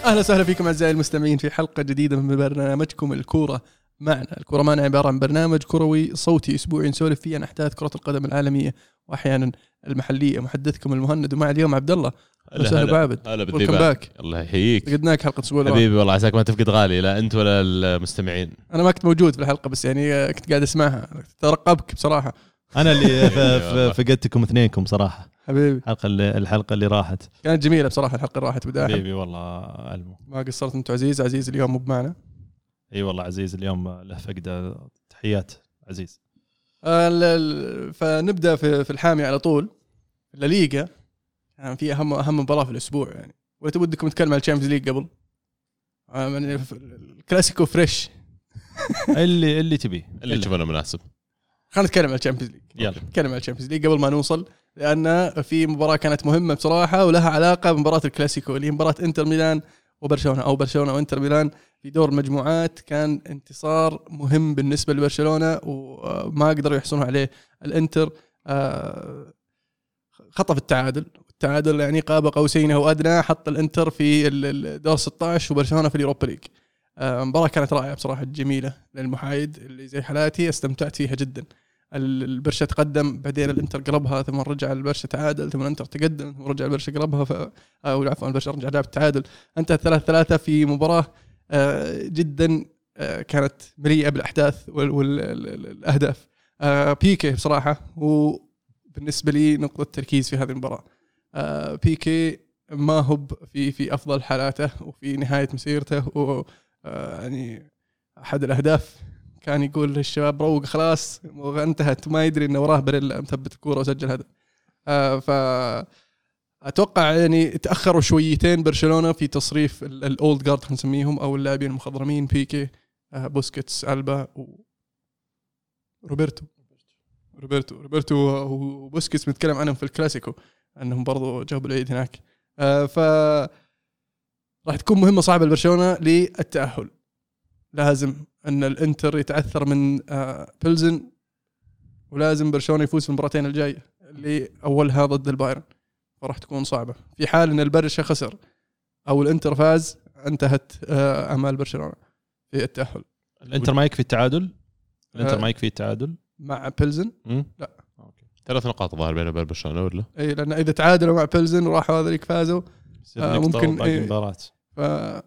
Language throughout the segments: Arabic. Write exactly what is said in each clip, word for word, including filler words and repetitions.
أهلا وسهلا فيكم أعزائي المستمعين في حلقة جديدة من برنامجكم الكورة معنا. الكورة معنا عبارة عن برنامج كروي صوتي أسبوعي نسولف فيه عن أحداث كرة القدم العالمية وأحيانا المحلية. محدثكم المهند ومع اليوم عبد الله. أهلا وسهلا أبو عابد. هلا بالذيبك. الله يحييك. فقدناك حلقة أسبوع حبيبي والله عساك ما تفقد غالي لا أنت ولا المستمعين. أنا ما كنت موجود في الحلقة بس يعني كنت قاعد أسمعها ترقبك بصراحة. أنا اللي فقدتكم اثنينكم صراحة حبيبي. الحلقة اللي الحلقة اللي راحت كانت جميلة بصراحة. الحلقة اللي راحت بداية حبيبي والله ألمو. ما قصرت أنت عزيز. عزيز اليوم مو بمعنا. اي والله عزيز اليوم له فقدة. تحيات عزيز. فنبدأ في في الحامي على طول. لا ليغا يعني في أهم أهم مباراة في الأسبوع يعني. وتودكم نتكلم على الشامبيونز ليج قبل يعني الكلاسيكو فريش اللي اللي تبي اللي تشوفونه مناسب. خلينا نتكلم على الشامبيونز ليج. يلا نتكلم على الشامبيونز ليج قبل ما نوصل لأن في مباراة كانت مهمة بصراحة ولها علاقة بمباراة الكلاسيكو اللي هي مباراة إنتر ميلان وبرشلونة أو برشلونة وإنتر ميلان في دور المجموعات. كان انتصار مهم بالنسبة لبرشلونة وما قدروا يحصلوا عليه. الإنتر خطف التعادل. التعادل يعني قاب قوسين أو أدنى حط الإنتر في الدور ستة عشر وبرشلونة في اليوروبا ليج. مباراة كانت رائعة بصراحة جميلة للمحايد اللي زي حالاتي استمتعت فيها جدا. البرشا تقدم بعدين الانتر قربها ثم رجع البرشا تعادل ثم الانتر تقدم ثم رجع البرشا قربها ف... او عفوا البرشا رجع لعب التعادل. انتهت ثلاثة ثلاثة في مباراة جدا كانت مليئة بالاحداث والاهداف. بيكي بصراحة وبالنسبة لي نقطة تركيز في هذه المباراة. بيكي ما هو في في افضل حالاته وفي نهاية مسيرته و يعني احد الاهداف كان يقول للشباب روق خلاص وانتهت وما يدري انه وراه بريلا مثبت الكوره وسجل هذا. آه فاتوقع يعني تاخروا شويتين برشلونه في تصريف الاولد جارد خلينا نسميهم او اللاعبين المخضرمين بيكي آه بوسكيتس ألبا وروبرتو روبرتو روبرتو وبوسكيتس بنتكلم عنهم في الكلاسيكو انهم برضو جابوا العيد هناك. آه ف راح تكون مهمه صعبه لبرشلونه للتاهل. لازم أن الإنتر يتعثر من بيلزن ولازم برشلونة يفوز في المباراتين الجاية اللي أولها ضد البايرن فراح تكون صعبة. في حال أن البرشا خسر أو الإنتر فاز انتهت أمال برشلونة في التأهل. الإنتر ما يكفي التعادل. الإنتر ما يكفي التعادل مع بيلزن لا أوكي. ثلاث نقاط ظاهر بين برشلونة ولا إيه لأن إذا تعادلوا مع بيلزن وراحوا هذوليك فازوا آه ممكن إيه مباراة. ف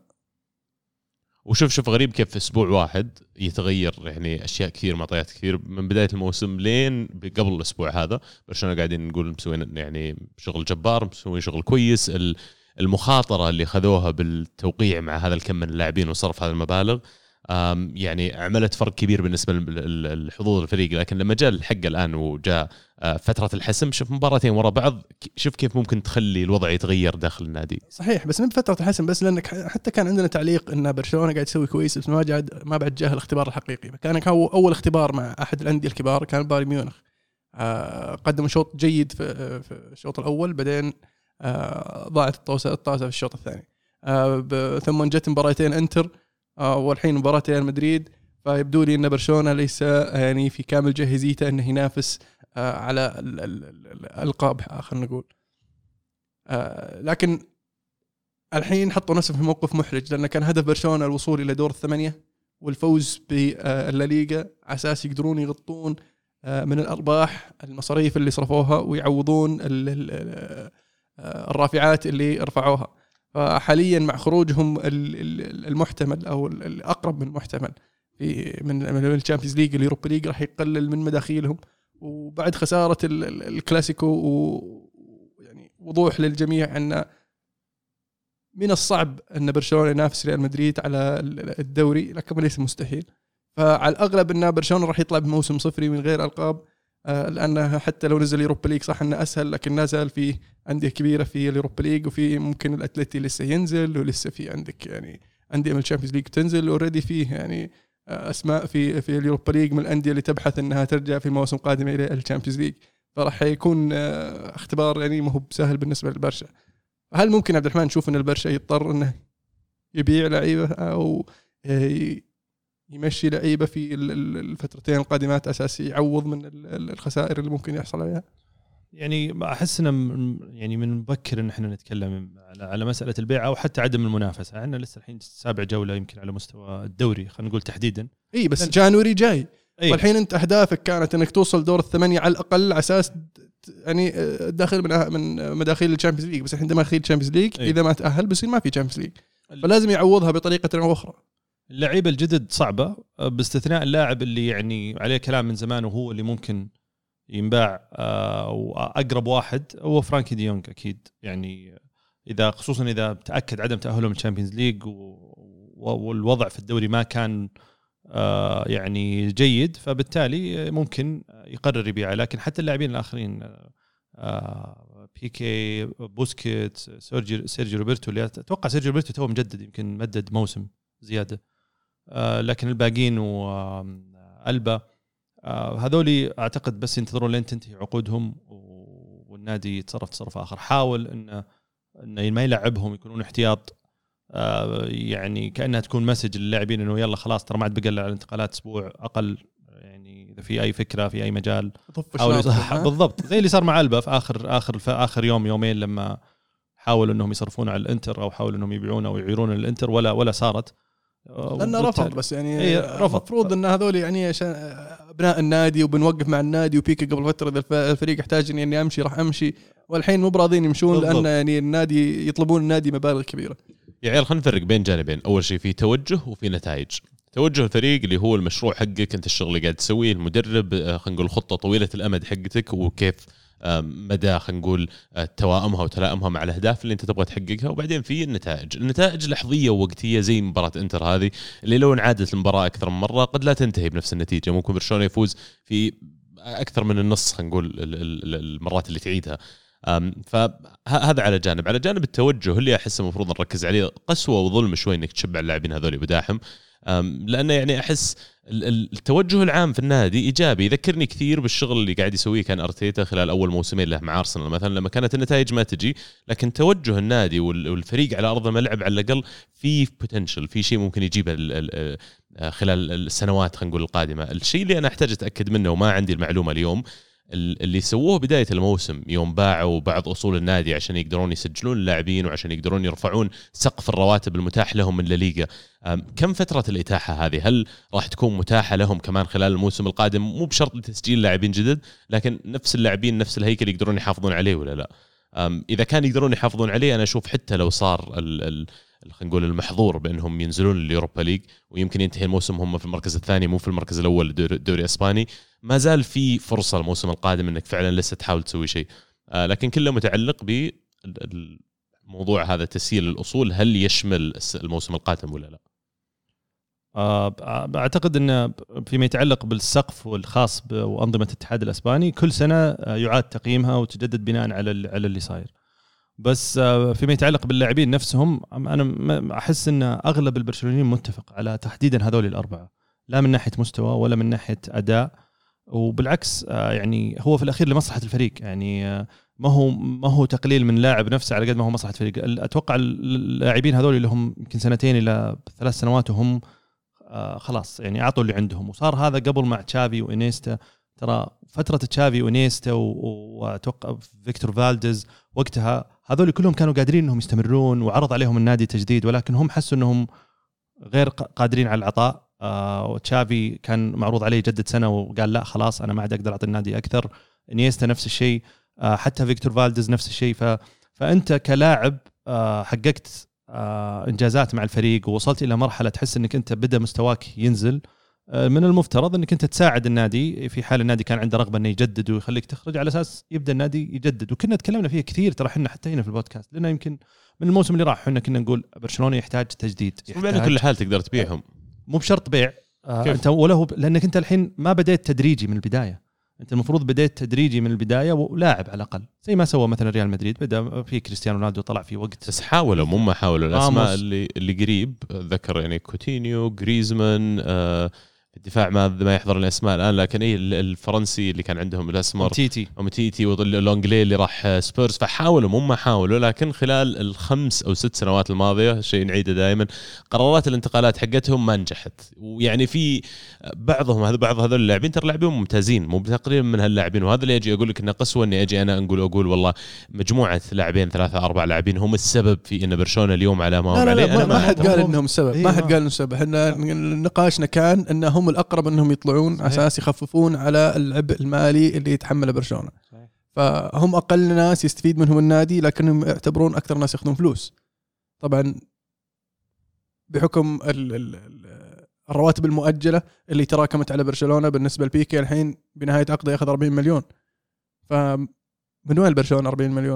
وشوف شوف غريب كيف في أسبوع واحد يتغير يعني أشياء كثير معطيات كثير من بداية الموسم لين قبل الأسبوع هذا. برشلونة قاعدين نقول مسوين يعني شغل جبار مسوين شغل كويس. المخاطرة اللي خذوها بالتوقيع مع هذا الكم من اللاعبين وصرف هذا المبالغ يعني عملت فرق كبير بالنسبة للحظوظ الفريق. لكن لما جاء الحق الآن وجاء فترة الحسم شوف مباراتين ورا بعض شوف كيف ممكن تخلي الوضع يتغير داخل النادي. صحيح بس من فترة الحسم بس لأنك حتى كان عندنا تعليق إن برشلونة قاعد يسوي كويس بس ما جاد ما بعد جاه الاختبار الحقيقي. فكان أول اختبار مع أحد الأندية الكبار كان بايرن ميونخ. آه قدم شوط جيد في, في الشوط الأول بعدين آه ضاعت الطاسة الطاسة في الشوط الثاني. آه ثم جت مباراتين إنتر آه والحين مباراتين مدريد. فيبدو لي إن برشلونة ليس يعني في كامل جاهزيته إنه ينافس آه على الألقاب خلينا نقول. آه لكن الحين حطوا نفسهم في موقف محرج لأن كان هدف برشلونة الوصول إلى دور الثمانية والفوز بالليغا على أساس يقدرون يغطون آه من الأرباح المصاريف اللي صرفوها ويعوضون الرافعات اللي رفعوها. فحاليا مع خروجهم المحتمل أو الأقرب من المحتمل في من الشامبيونز ليج اليوروبا ليج راح يقلل من مداخيلهم. وبعد خسارة الكلاسيكو ويعني وضوح للجميع أن من الصعب أن برشلونة ينافس ريال مدريد على الدوري لكن ليس مستحيل. فعلى الأغلب أن برشلونة راح يطلع بموسم صفري من غير ألقاب آه لأنه حتى لو نزل اليوروبا ليج صح أنه أسهل لكن نازل في أندية كبيرة في اليوروبا ليج وفي ممكن الأتلتي لسه ينزل ولسه في عندك يعني أندية من الشامبيونز ليج تنزل أوريدي فيه يعني أسماء في في اليوروبا ليج من الأندية اللي تبحث أنها ترجع في موسم قادم إلى الشامبيونز ليج. فراح يكون اختبار يعني ما هو سهل بالنسبة للبرشا. هل ممكن عبد الرحمن نشوف أن البرشا يضطر أنه يبيع لعيبة أو يمشي لعيبة في الفترتين القادمات أساسي يعوض من الخسائر اللي ممكن يحصل عليها؟ يعني احس ان يعني من مبكر ان احنا نتكلم على على مساله البيع او حتى عدم المنافسه. عندنا لسه الحين سابع جوله يمكن على مستوى الدوري خلينا نقول تحديدا. اي بس جانوري جاي. أي. والحين انت اهدافك كانت انك توصل دور الثمانيه على الاقل على اساس يعني داخل من من مداخيل الشامبيونز ليج. بس الحين عندما داخل الشامبيونز ليج اذا ما تاهل بيصير ما في شامبيونز ليج، فلازم يعوضها بطريقه او اخرى. اللعيبه الجدد صعبه باستثناء اللاعب اللي يعني عليه كلام من زمان وهو اللي ممكن ينباع واقرب واحد هو فرانكي دي يونغ اكيد. يعني اذا خصوصا اذا تاكد عدم تاهله من الشامبيونز ليج والوضع في الدوري ما كان يعني جيد، فبالتالي ممكن يقرر يبيعه. لكن حتى اللاعبين الاخرين بيكي بوسكيت سيرجي سيرجي روبرتو اللي اتوقع سيرجي روبرتو تو مجدد يمكن مدد موسم زياده، لكن الباقيين والبا هذولي اعتقد بس ينتظرون لين تنتهي عقودهم والنادي يتصرف تصرف اخر. حاول انه انه ما يلعبهم يكونون احتياط، يعني كانها تكون مسج للاعبين انه يلا خلاص ترى ما عاد بقى على الانتقالات اسبوع اقل، يعني اذا في اي فكره في اي مجال حاول بالضبط زي اللي صار مع البا في اخر اخر في اخر يوم يومين لما حاولوا انهم يصرفون على الانتر او حاولوا انهم يبيعونه او يعيرون الانتر ولا ولا صارت لأنه رفض. بس يعني إيه المفروض ان هذول يعني عشان ابناء النادي وبنوقف مع النادي وبيكا قبل فتره اذا الفريق احتاج اني يعني امشي راح امشي، والحين مو براضين يمشون لان يعني النادي يطلبون النادي مبالغ كبيره. يا عيال خلينا نفرق بين جانبين. اول شيء في توجه وفي نتائج. توجه الفريق اللي هو المشروع حقك انت، الشغل اللي قاعد تسويه، المدرب خلينا نقول خطه طويله الامد حقتك وكيف مدى خلينا نقول توائمها وتلائمها مع الاهداف اللي انت تبغى تحققها. وبعدين في النتائج. النتائج لحظيه ووقتيه زي مباراه انتر هذه اللي لو انعادت المباراه اكثر من مره قد لا تنتهي بنفس النتيجه. ممكن برشلونه يفوز في اكثر من النص خلينا نقول المرات اللي تعيدها. فهذا على جانب. على جانب التوجه اللي احس المفروض نركز عليه، قسوه وظلم شوي انك تشبع اللاعبين هذول بداحم، لانه يعني احس التوجه العام في النادي ايجابي. يذكرني كثير بالشغل اللي قاعد يسويه كان ارتيتا خلال اول موسمين له مع ارسنال مثلا، لما كانت النتائج ما تجي لكن توجه النادي والفريق على ارض الملعب على الاقل في بوتنشل، في شيء ممكن يجيبه خلال السنوات خلينا نقول القادمه. الشيء اللي انا احتاج اتاكد منه وما عندي المعلومه اليوم، اللي سووه بداية الموسم يوم باعوا بعض أصول النادي عشان يقدرون يسجلون اللاعبين وعشان يقدرون يرفعون سقف الرواتب المتاح لهم من الليغا. كم فترة الإتاحة هذه؟ هل راح تكون متاحة لهم كمان خلال الموسم القادم؟ مو بشرط لتسجيل لاعبين جدد، لكن نفس اللاعبين نفس الهيكل يقدرون يحافظون عليه ولا لا؟ إذا كان يقدرون يحافظون عليه أنا أشوف حتى لو صار ال ال خلينا نقول المحظور بأنهم ينزلون اليوروبا ليج ويمكن ينتهي الموسم هم في المركز الثاني مو في المركز الأول الدوري الإسباني، ما زال في فرصة الموسم القادم أنك فعلا لسه تحاول تسوي شيء. آه لكن كله متعلق بموضوع هذا تسييل الأصول، هل يشمل الموسم القادم ولا لا؟ آه أعتقد أن فيما يتعلق بالسقف والخاص بأنظمة الاتحاد الإسباني كل سنة يعاد تقييمها وتجدد بناء على على اللي صاير. بس فيما يتعلق باللاعبين نفسهم أنا أحس أن أغلب البرشلونيين متفق على تحديدا هذول الأربعة، لا من ناحية مستوى ولا من ناحية أداء، وبالعكس يعني هو في الأخير لمصلحة الفريق. يعني ما هو ما هو تقليل من لاعب نفسه على قد ما هو مصلحة الفريق. أتوقع اللاعبين هذول اللي هم يمكن سنتين إلى ثلاث سنوات وهم خلاص يعني أعطوا اللي عندهم، وصار هذا قبل مع تشافي وإنيستا. ترى فترة تشافي وإنيستا وأتوقع فيكتور فالديز وقتها هذول كلهم كانوا قادرين أنهم يستمرون وعرض عليهم النادي تجديد، ولكن هم حسوا أنهم غير قادرين على العطاء. آه وتشافي كان معروض عليه يجدد سنة وقال لا خلاص أنا ما عاد أقدر أعطي النادي أكثر. إنيستا نفس الشيء، آه حتى فيكتور فالديز نفس الشيء. ف... فأنت كلاعب آه حققت آه إنجازات مع الفريق ووصلت إلى مرحلة تحس أنك أنت بدأ مستواك ينزل. آه من المفترض أنك أنت تساعد النادي في حال النادي كان عنده رغبة أنه يجدد ويخليك تخرج على أساس يبدأ النادي يجدد. وكنا تكلمنا فيه كثير ترى حنا حتى هنا في البودكاست، لأنه يمكن من الموسم اللي راح حنا كنا نقول برشلونة يحتاج تجديد. يحتاج كل حال تقدر تبيعهم، مو بشرط بيع. آه انت وله لانك انت الحين ما بديت تدريجي من البدايه، انت المفروض بديت تدريجي من البدايه ولاعب على الاقل زي ما سوى مثلا ريال مدريد، بدا في كريستيانو رونالدو طلع في وقت. بس حاولوا مو ما حاولوا الاسماء اللي اللي قريب ذكر يعني كوتينيو، غريزمان، آه في الدفاع ما ما يحضر الاسماء الان، لكن ايه الفرنسي اللي كان عندهم الاسمر تيتي ومتيتي واللونجلي اللي راح سبيرز، فحاولوا مو ما حاولوا، لكن خلال الخمس او ست سنوات الماضيه شيء نعيده دائما قرارات الانتقالات حقتهم ما نجحت. ويعني في بعضهم هذا بعض هذول اللاعبين ترى لاعبين ممتازين مو تقريبا من هاللاعبين، وهذا اللي اجي اقول لك انه قسوه اني اجي انا اقول اقول والله مجموعه لاعبين ثلاثه اربع لاعبين هم السبب في ان برشلونه اليوم على ما هم عليه. لا لا ما, ما حد قال انهم السبب، إيه ما حد قال انهم السبب. احنا نقاشنا كان انهم الاقرب انهم يطلعون على اساس يخففون على العبء المالي اللي يتحمله برشلونه، فهم اقل ناس يستفيد منهم النادي لكنهم يعتبرون اكثر ناس ياخذون فلوس. طبعا بحكم ال ال الرواتب المؤجله اللي تراكمت على برشلونه بالنسبه لبيكي الحين بنهايه عقده ياخذ أربعين مليون، فمن وين برشلونه أربعين مليون؟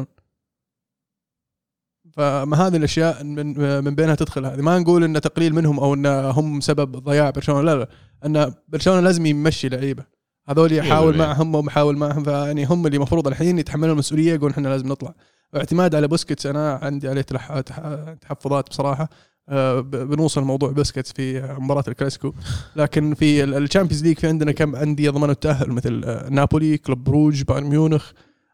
فما هذه الاشياء من من بينها تدخل هذه. ما نقول ان تقليل منهم او ان هم سبب ضياع برشلونه، لا لا، ان برشلونه لازم يمشي لعيبه هذول يحاول معهم ومحاول معهم، فيعني هم اللي مفروض الحين يتحملوا المسؤوليه يقولون احنا لازم نطلع. اعتماد على بوسكيتس انا عندي عليه تحفظات بصراحه. بنوصل موضوع بوسكيتس في مباراه الكلاسيكو، لكن في الشامبيونز ليج في عندنا كم انديه ضمنوا التاهل مثل نابولي، كلوب بروج، بايرن ميونخ،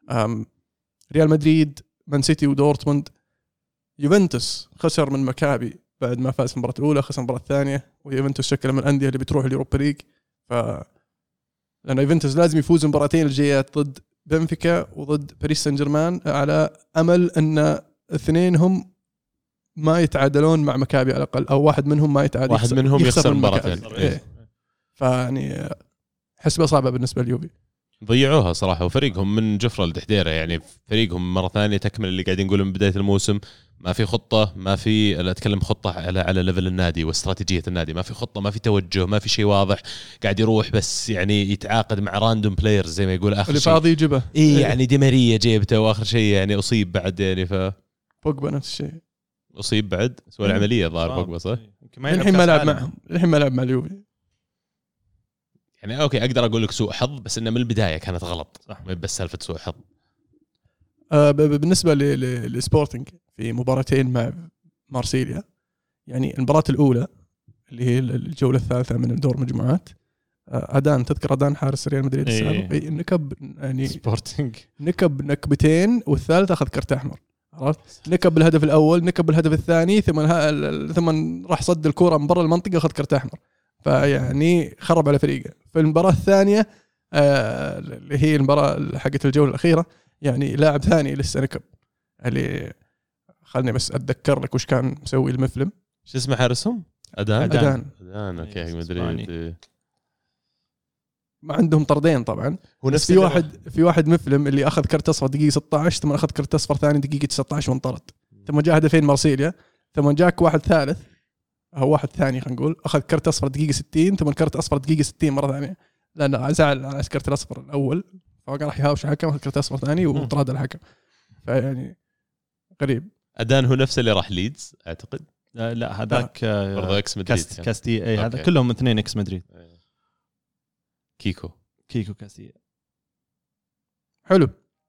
ريال مدريد، مان سيتي ودورتموند. يوفنتوس خسر من مكابي بعد ما فاز في المباراة الأولى، خسر المباراة الثانية، ويوفنتوس شكل من الأندية اللي بتروح اليوروبا ليج. ف لأن يوفنتوس لازم يفوز المباراتين الجايات ضد بنفيكا وضد باريس سان جيرمان على أمل أن اثنين هم ما يتعادلون مع مكابي على الأقل، أو واحد منهم ما يتعادل، واحد منهم يخسر مباراتين. إيه. فيعني حسبة صعبة بالنسبة لليوفي، ضيعوها صراحة. وفريقهم من جفرة لدحديرة، يعني فريقهم مرة ثانية تكمل اللي قاعدين نقوله من بداية الموسم. ما في خطة، ما في لا أتكلم خطة على على ليفل النادي واستراتيجية النادي، ما في خطة، ما في توجه، ما في شيء واضح. قاعد يروح بس يعني يتعاقد مع راندوم بلايرز زي ما يقول آخر اللي شيء فاضي يجيبه. إيه يعني دي ماريا جيبته، وآخر شيء يعني أصيب بعد، يعني ف بوجبا نفس الشيء أصيب بعد سوى العملية ظاهر بوجبا صح؟ الحين ما لعب معهم، الحين ما لعب مع اليوفي. يعني أوكي أقدر أقول لك سوء حظ، بس إنه من البداية كانت غلط، صح. ما بس سالفة سوء حظ. آه بالنسبة للسبورتنج في مباراتين مع مارسيليا، يعني المباراة الأولى اللي هي الجولة الثالثة من دور مجموعات، آه أدان تذكر أدان حارس ريال مدريد السابق إيه. نكب يعني سبورتنج نكب نكبتين والثالث أخذ كرت أحمر، عرفت؟ نكب بالهدف الأول، نكب بالهدف الثاني، ثم ثم راح صد الكرة من برا المنطقة أخذ كرت أحمر، فيعني خرب على فريقه. في المباراة الثانية آه اللي هي المباراة حقت الجولة الأخيرة، يعني لاعب ثاني لسه نكب، اللي خلني بس أتذكر لك وش كان مسوي المفلم. شو اسمه حارسهم؟ أدان أدان أدان أوكي مدريد. ما عندهم طردين طبعا، هو نفس في واحد في واحد مفلم اللي أخذ كرت أصفر دقيقة ستة عشر، ثم أخذ كرت أصفر ثاني دقيقة تسعة عشر وانطرد، ثم جاء هدفين مارسيليا، ثم جاك واحد ثالث أو واحد ثاني خلينا نقول أخذ كرت أصفر دقيقة ستين، ثم كرت أصفر دقيقة ستين مرة ثانية، لأن زعل على كرت الأصفر الأول فقال راح يهاوش الحكم، أخذ كرت أصفر ثاني وطرد الحكم. فيعني غريب. أدان هو نفس اللي راح ليدز أعتقد. لا, لا هذاك برضه إكس مدريد كاست كاستي أي هذا كلهم اثنين إكس مدريد. كيكو كيكو كاستي. حلو.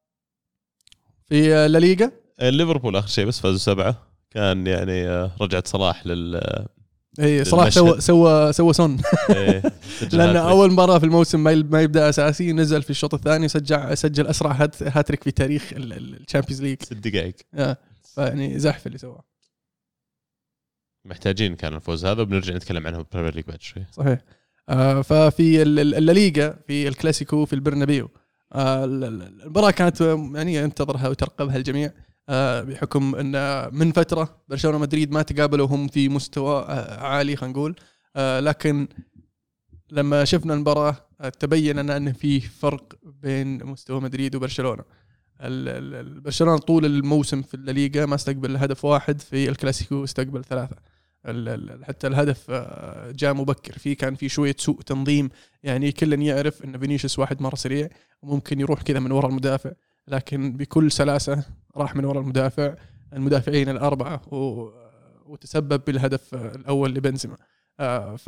في الليغا ليفربول آخر شيء بس فازوا سبعة، كان يعني رجعت صلاح لل اي صراحه سوى سوى سوى سون لأن أول مرة في الموسم ما ما يبدأ أساسي، نزل في الشوط الثاني سجل سجل أسرع هات هاتريك في تاريخ الشامبيونز ليج، ست دقائق. يعني زحف اللي سواه. محتاجين كان الفوز هذا، وبنرجع نتكلم عنه بالبريمير ليج بعد شوي. صحيح. آه ففي الليغا في الكلاسيكو في البرنابيو، آه المباراة كانت يعني ينتظرها وترقبها الجميع، آه بحكم أن من فترة برشلونة ومدريد ما تقابلوا هم في مستوى آه عالي خلينا نقول، آه لكن لما شفنا المباراة آه تبين أن أن في فرق بين مستوى مدريد وبرشلونة. برشلونة طول الموسم في الليغا ما استقبل هدف واحد، في الكلاسيكو استقبل ثلاثة. حتى الهدف جاء مبكر، فيه كان في شوية سوء تنظيم، يعني كلن يعرف أن فينيسيوس واحد مرة سريع وممكن يروح كذا من وراء المدافع، لكن بكل سلاسة راح من وراء المدافع المدافعين الأربعة وتسبب بالهدف الأول لبنزيما. ف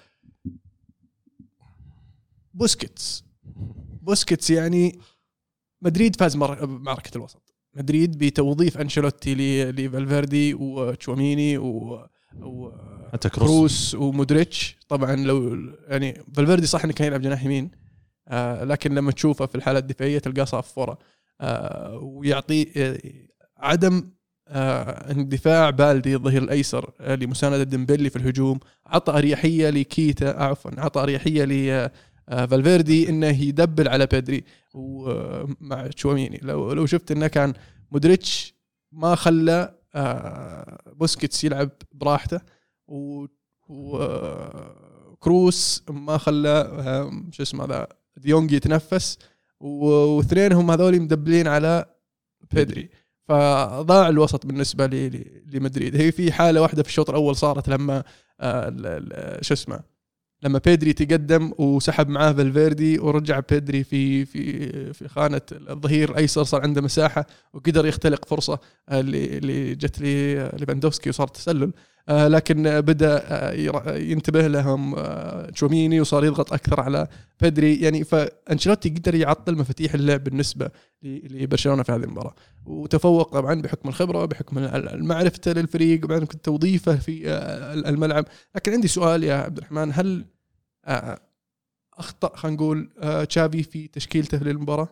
بوسكيتس بوسكيتس يعني مدريد فاز معركة الوسط، مدريد بتوظيف أنشيلوتي لفالفيردي وتشواميني و حتى كروس, كروس ومودريتش. طبعا لو يعني فالفيردي صح انه كان يلعب جناح يمين آه لكن لما تشوفه في الحالة الدفاعية تلقاه صافرة آه ويعطي آه عدم آه اندفاع بالدي الظهير الأيسر آه لمساندة ديمبلي في الهجوم. عطى أريحية لكيتا عفوا عطى أريحية لفالفيردي إنه يدبل على بيدري ومع تشواميني. لو لو شفت إنه كان مودريتش ما خلى آه بوسكيتس يلعب براحته وكروس ما خلى آه شو اسمه ذا ديونج يتنفس واثنينهم هذول مدبلين على بيدري فضاع الوسط بالنسبة لمدريد. هي في حالة واحدة في الشوط الأول صارت لما آه شو اسمه لما بيدري تقدم وسحب معاه فالفيردي ورجع بيدري في في في خانة الظهير الأيسر صار عنده مساحة وقدر يختلق فرصة اللي اللي جت لي ليفاندوفسكي وصار تسلل آه لكن بدأ آه ينتبه لهم آه تشوميني وصار يضغط أكثر على بيدري يعني. فأنشيلوتي قدر يعطل مفاتيح اللعب بالنسبة لبرشلونة في هذه المباراة وتفوق طبعا بحكم الخبرة بحكم المعرفة للفريق وبعدين توظيفه في آه الملعب. لكن عندي سؤال يا عبد الرحمن هل آه أخطأ خلينا نقول آه تشافي في تشكيلته للمباراة؟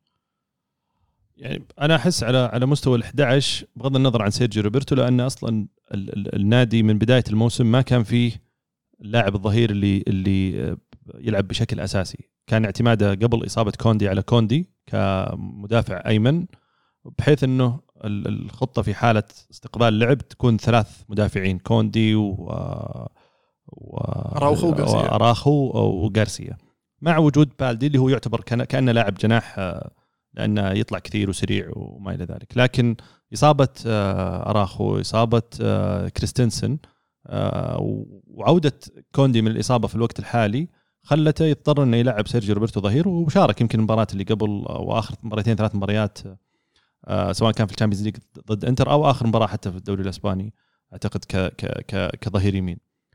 يعني أنا أحس على على مستوى الأحد عشر بغض النظر عن سيرجيو روبرتو لأن أصلاً ال ال النادي من بداية الموسم ما كان فيه اللاعب الظهير اللي اللي يلعب بشكل أساسي. كان اعتماده قبل إصابة كوندي على كوندي كمدافع أيمن بحيث أنه الخطة في حالة استقبال اللعب تكون ثلاث مدافعين كوندي و وأراخو وأراخو وغارسيا مع وجود بالدي اللي هو يعتبر كأنه لاعب جناح لأنه يطلع كثير وسريع وما إلى ذلك. لكن إصابة أراخو إصابة كريستنسن وعودة كوندي من الإصابة في الوقت الحالي خلته يضطر أنه يلعب سيرجيو روبرتو ظهير وشارك يمكن المباراة اللي قبل وآخر مباراتين ثلاث مباريات سواء كان في الشامبيونز ليج ضد انتر أو آخر مباراة حتى في الدوري الإسباني أعتقد ك ك كظهير يمين.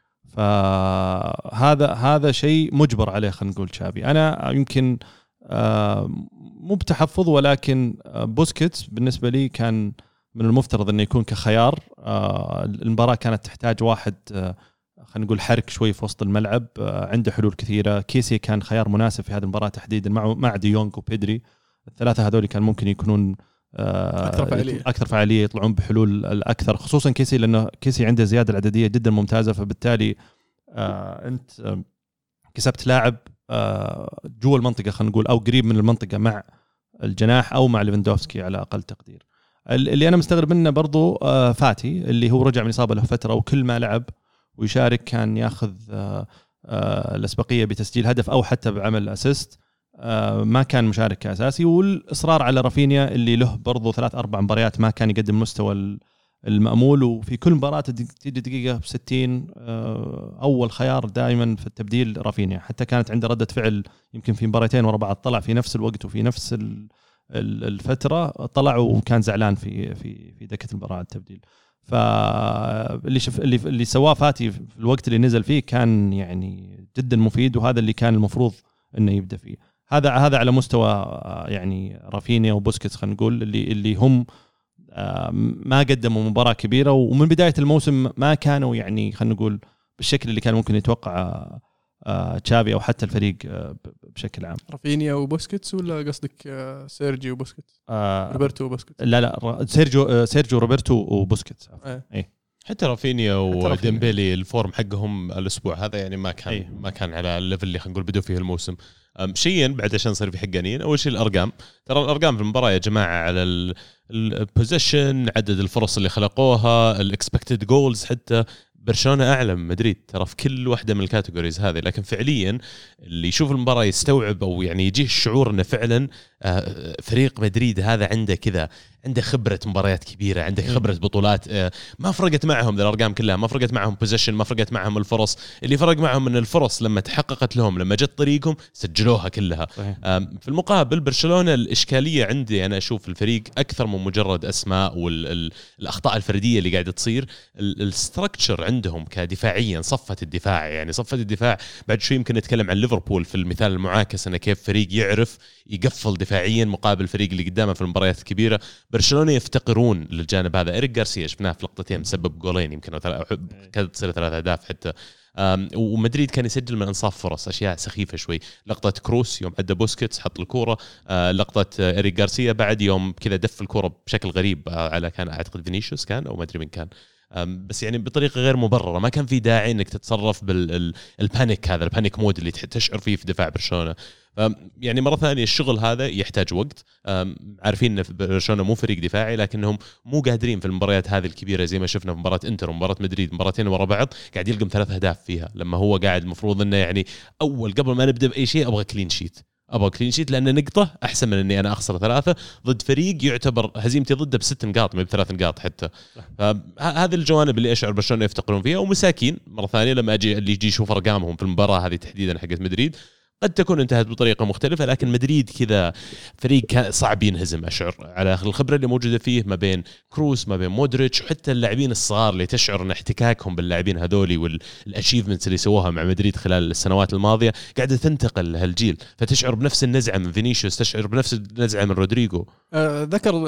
فهذا هذا شيء مجبر عليه خلينا نقول تشافي. أنا يمكن مو بتحفظ ولكن بوسكيتس بالنسبة لي كان من المفترض أنه يكون كخيار. المباراة كانت تحتاج واحد خلينا نقول حرك شوي في وسط الملعب عنده حلول كثيرة. كيسي كان خيار مناسب في هذه المباراة تحديدا مع مع ديونغ وبيدري الثلاثة هذول كان ممكن يكونون أكثر فعالية أكثر فعالية يطلعون بحلول الأكثر خصوصا كيسي لأنه كيسي عنده زيادة العددية جدا ممتازة فبالتالي أنت كسبت لاعب جوا المنطقة خلينا نقول أو قريب من المنطقة مع الجناح أو مع ليفاندوفسكي على أقل تقدير. اللي أنا مستغرب منه برضو فاتي اللي هو رجع من إصابة له فترة وكل ما لعب ويشارك كان ياخذ الأسبقية بتسجيل هدف أو حتى بعمل أسيست ما كان مشارك كأساسي. والإصرار على رافينيا اللي له برضو ثلاث أربع مباريات ما كان يقدم مستوى المأمول وفي كل مباراة تيجي دقيقة ستين أول خيار دائما في التبديل رافينيا. حتى كانت عنده ردة فعل يمكن في مباراتين ورا بعض طلع في نفس الوقت وفي نفس الفترة طلع وكان زعلان في في في دكة المباراة التبديل. فاللي شف اللي اللي سواه فاتي في الوقت اللي نزل فيه كان يعني جدا مفيد وهذا اللي كان المفروض إنه يبدأ فيه. هذا هذا على مستوى يعني رافينيا وبوسكيتس خلينا نقول اللي اللي هم ما قدموا مباراة كبيرة ومن بداية الموسم ما كانوا يعني خلينا نقول بالشكل اللي كان ممكن يتوقع تشافي أو حتى الفريق بشكل عام. رافينيا وبوسكيتس ولا قصدك سيرجيو وبوسكيتس؟ آه روبرتو وبوسكيتس. لا لا سيرجيو سيرجيو روبرتو وبوسكيتس. ايه. ايه حتى رافينيا وديمبلي الفورم حقهم الأسبوع هذا يعني ما كان أيه. ما كان على الليفل اللي خلينا نقول بدوا فيه الموسم. شيئا بعد عشان نصير في حقانين. أول شيء الأرقام ترى الأرقام في المباراة يا جماعة على البوزيشن عدد الفرص اللي خلقوها الإكسبكتد جولز حتى برشلونة أعلى من مدريد ترى في كل واحدة من الكاتيجوريز هذه. لكن فعليا اللي يشوف المباراة يستوعب أو يعني يجيه الشعور أنه فعلا فريق مدريد هذا عنده كذا عنده خبرة مباريات كبيرة عندك خبرة بطولات ما فرقت معهم الأرقام كلها ما فرقت معهم بوزيشن ما فرقت معهم الفرص. اللي فرق معهم أن الفرص لما تحققت لهم لما جت طريقهم سجلوها كلها. في المقابل برشلونة الإشكالية عندي أنا أشوف الفريق أكثر من مجرد أسماء والأخطاء الفردية اللي قاعدة تصير. الستركتشر عندهم كدفاعيا صفة الدفاع، يعني صفة الدفاع بعد شوي يمكن نتكلم عن ليفربول في المثال المعاكس، أنه كيف فريق يعرف يقفل دفاعيا مقابل الفريق اللي قدامه في المباريات الكبيرة. برشلونة يفتقرون للجانب هذا. إريك غارسيا شفناه في لقطتين مسبب جولين يمكن كانت تصير ثلاثة أهداف حتى. ومدريد كان يسجل من انصاف فرص، اشياء سخيفه شوي. لقطه كروس يوم عدى بوسكيتس حط الكوره، لقطه إريك غارسيا بعد يوم كذا دف الكوره بشكل غريب على كان اعتقد فينيسيوس كان او ما ادري من كان، بس يعني بطريقه غير مبرره. ما كان في داعي انك تتصرف بالبانيك هذا، البانيك مود اللي تشعر فيه في دفاع برشلونه. يعني مرة ثانية الشغل هذا يحتاج وقت. عارفين ان برشلونة مو فريق دفاعي، لكنهم مو قادرين في المباريات هذه الكبيرة زي ما شفنا في مباراة انتر ومباراة مدريد، مباراتين ورا بعض قاعد يلقم ثلاث أهداف فيها، لما هو قاعد مفروض انه يعني اول قبل ما نبدأ بأي شيء ابغى كلين شيت، ابغى كلين شيت لان نقطة احسن من اني انا اخسر ثلاثة ضد فريق يعتبر هزيمتي ضده بست نقاط ما بثلاث نقاط حتى. هذه الجوانب اللي اشعر برشلونة يفتقرون فيها. ومساكين مرة ثانية لما اجي اللي يجي يشوف ارقامهم في المباراة هذه تحديدا حقت مدريد قد تكون انتهت بطريقة مختلفة، لكن مدريد كذا فريق صعب ينهزم. أشعر على الخبرة اللي موجودة فيه ما بين كروس ما بين مودريتش وحتى اللاعبين الصغار اللي تشعر ان احتكاكهم باللاعبين هذولي والاشيفمنتس اللي سووها مع مدريد خلال السنوات الماضية قاعدة تنتقل هالجيل، فتشعر بنفس النزعة من فينيسيوس، تشعر بنفس النزعة من رودريجو. آه ذكر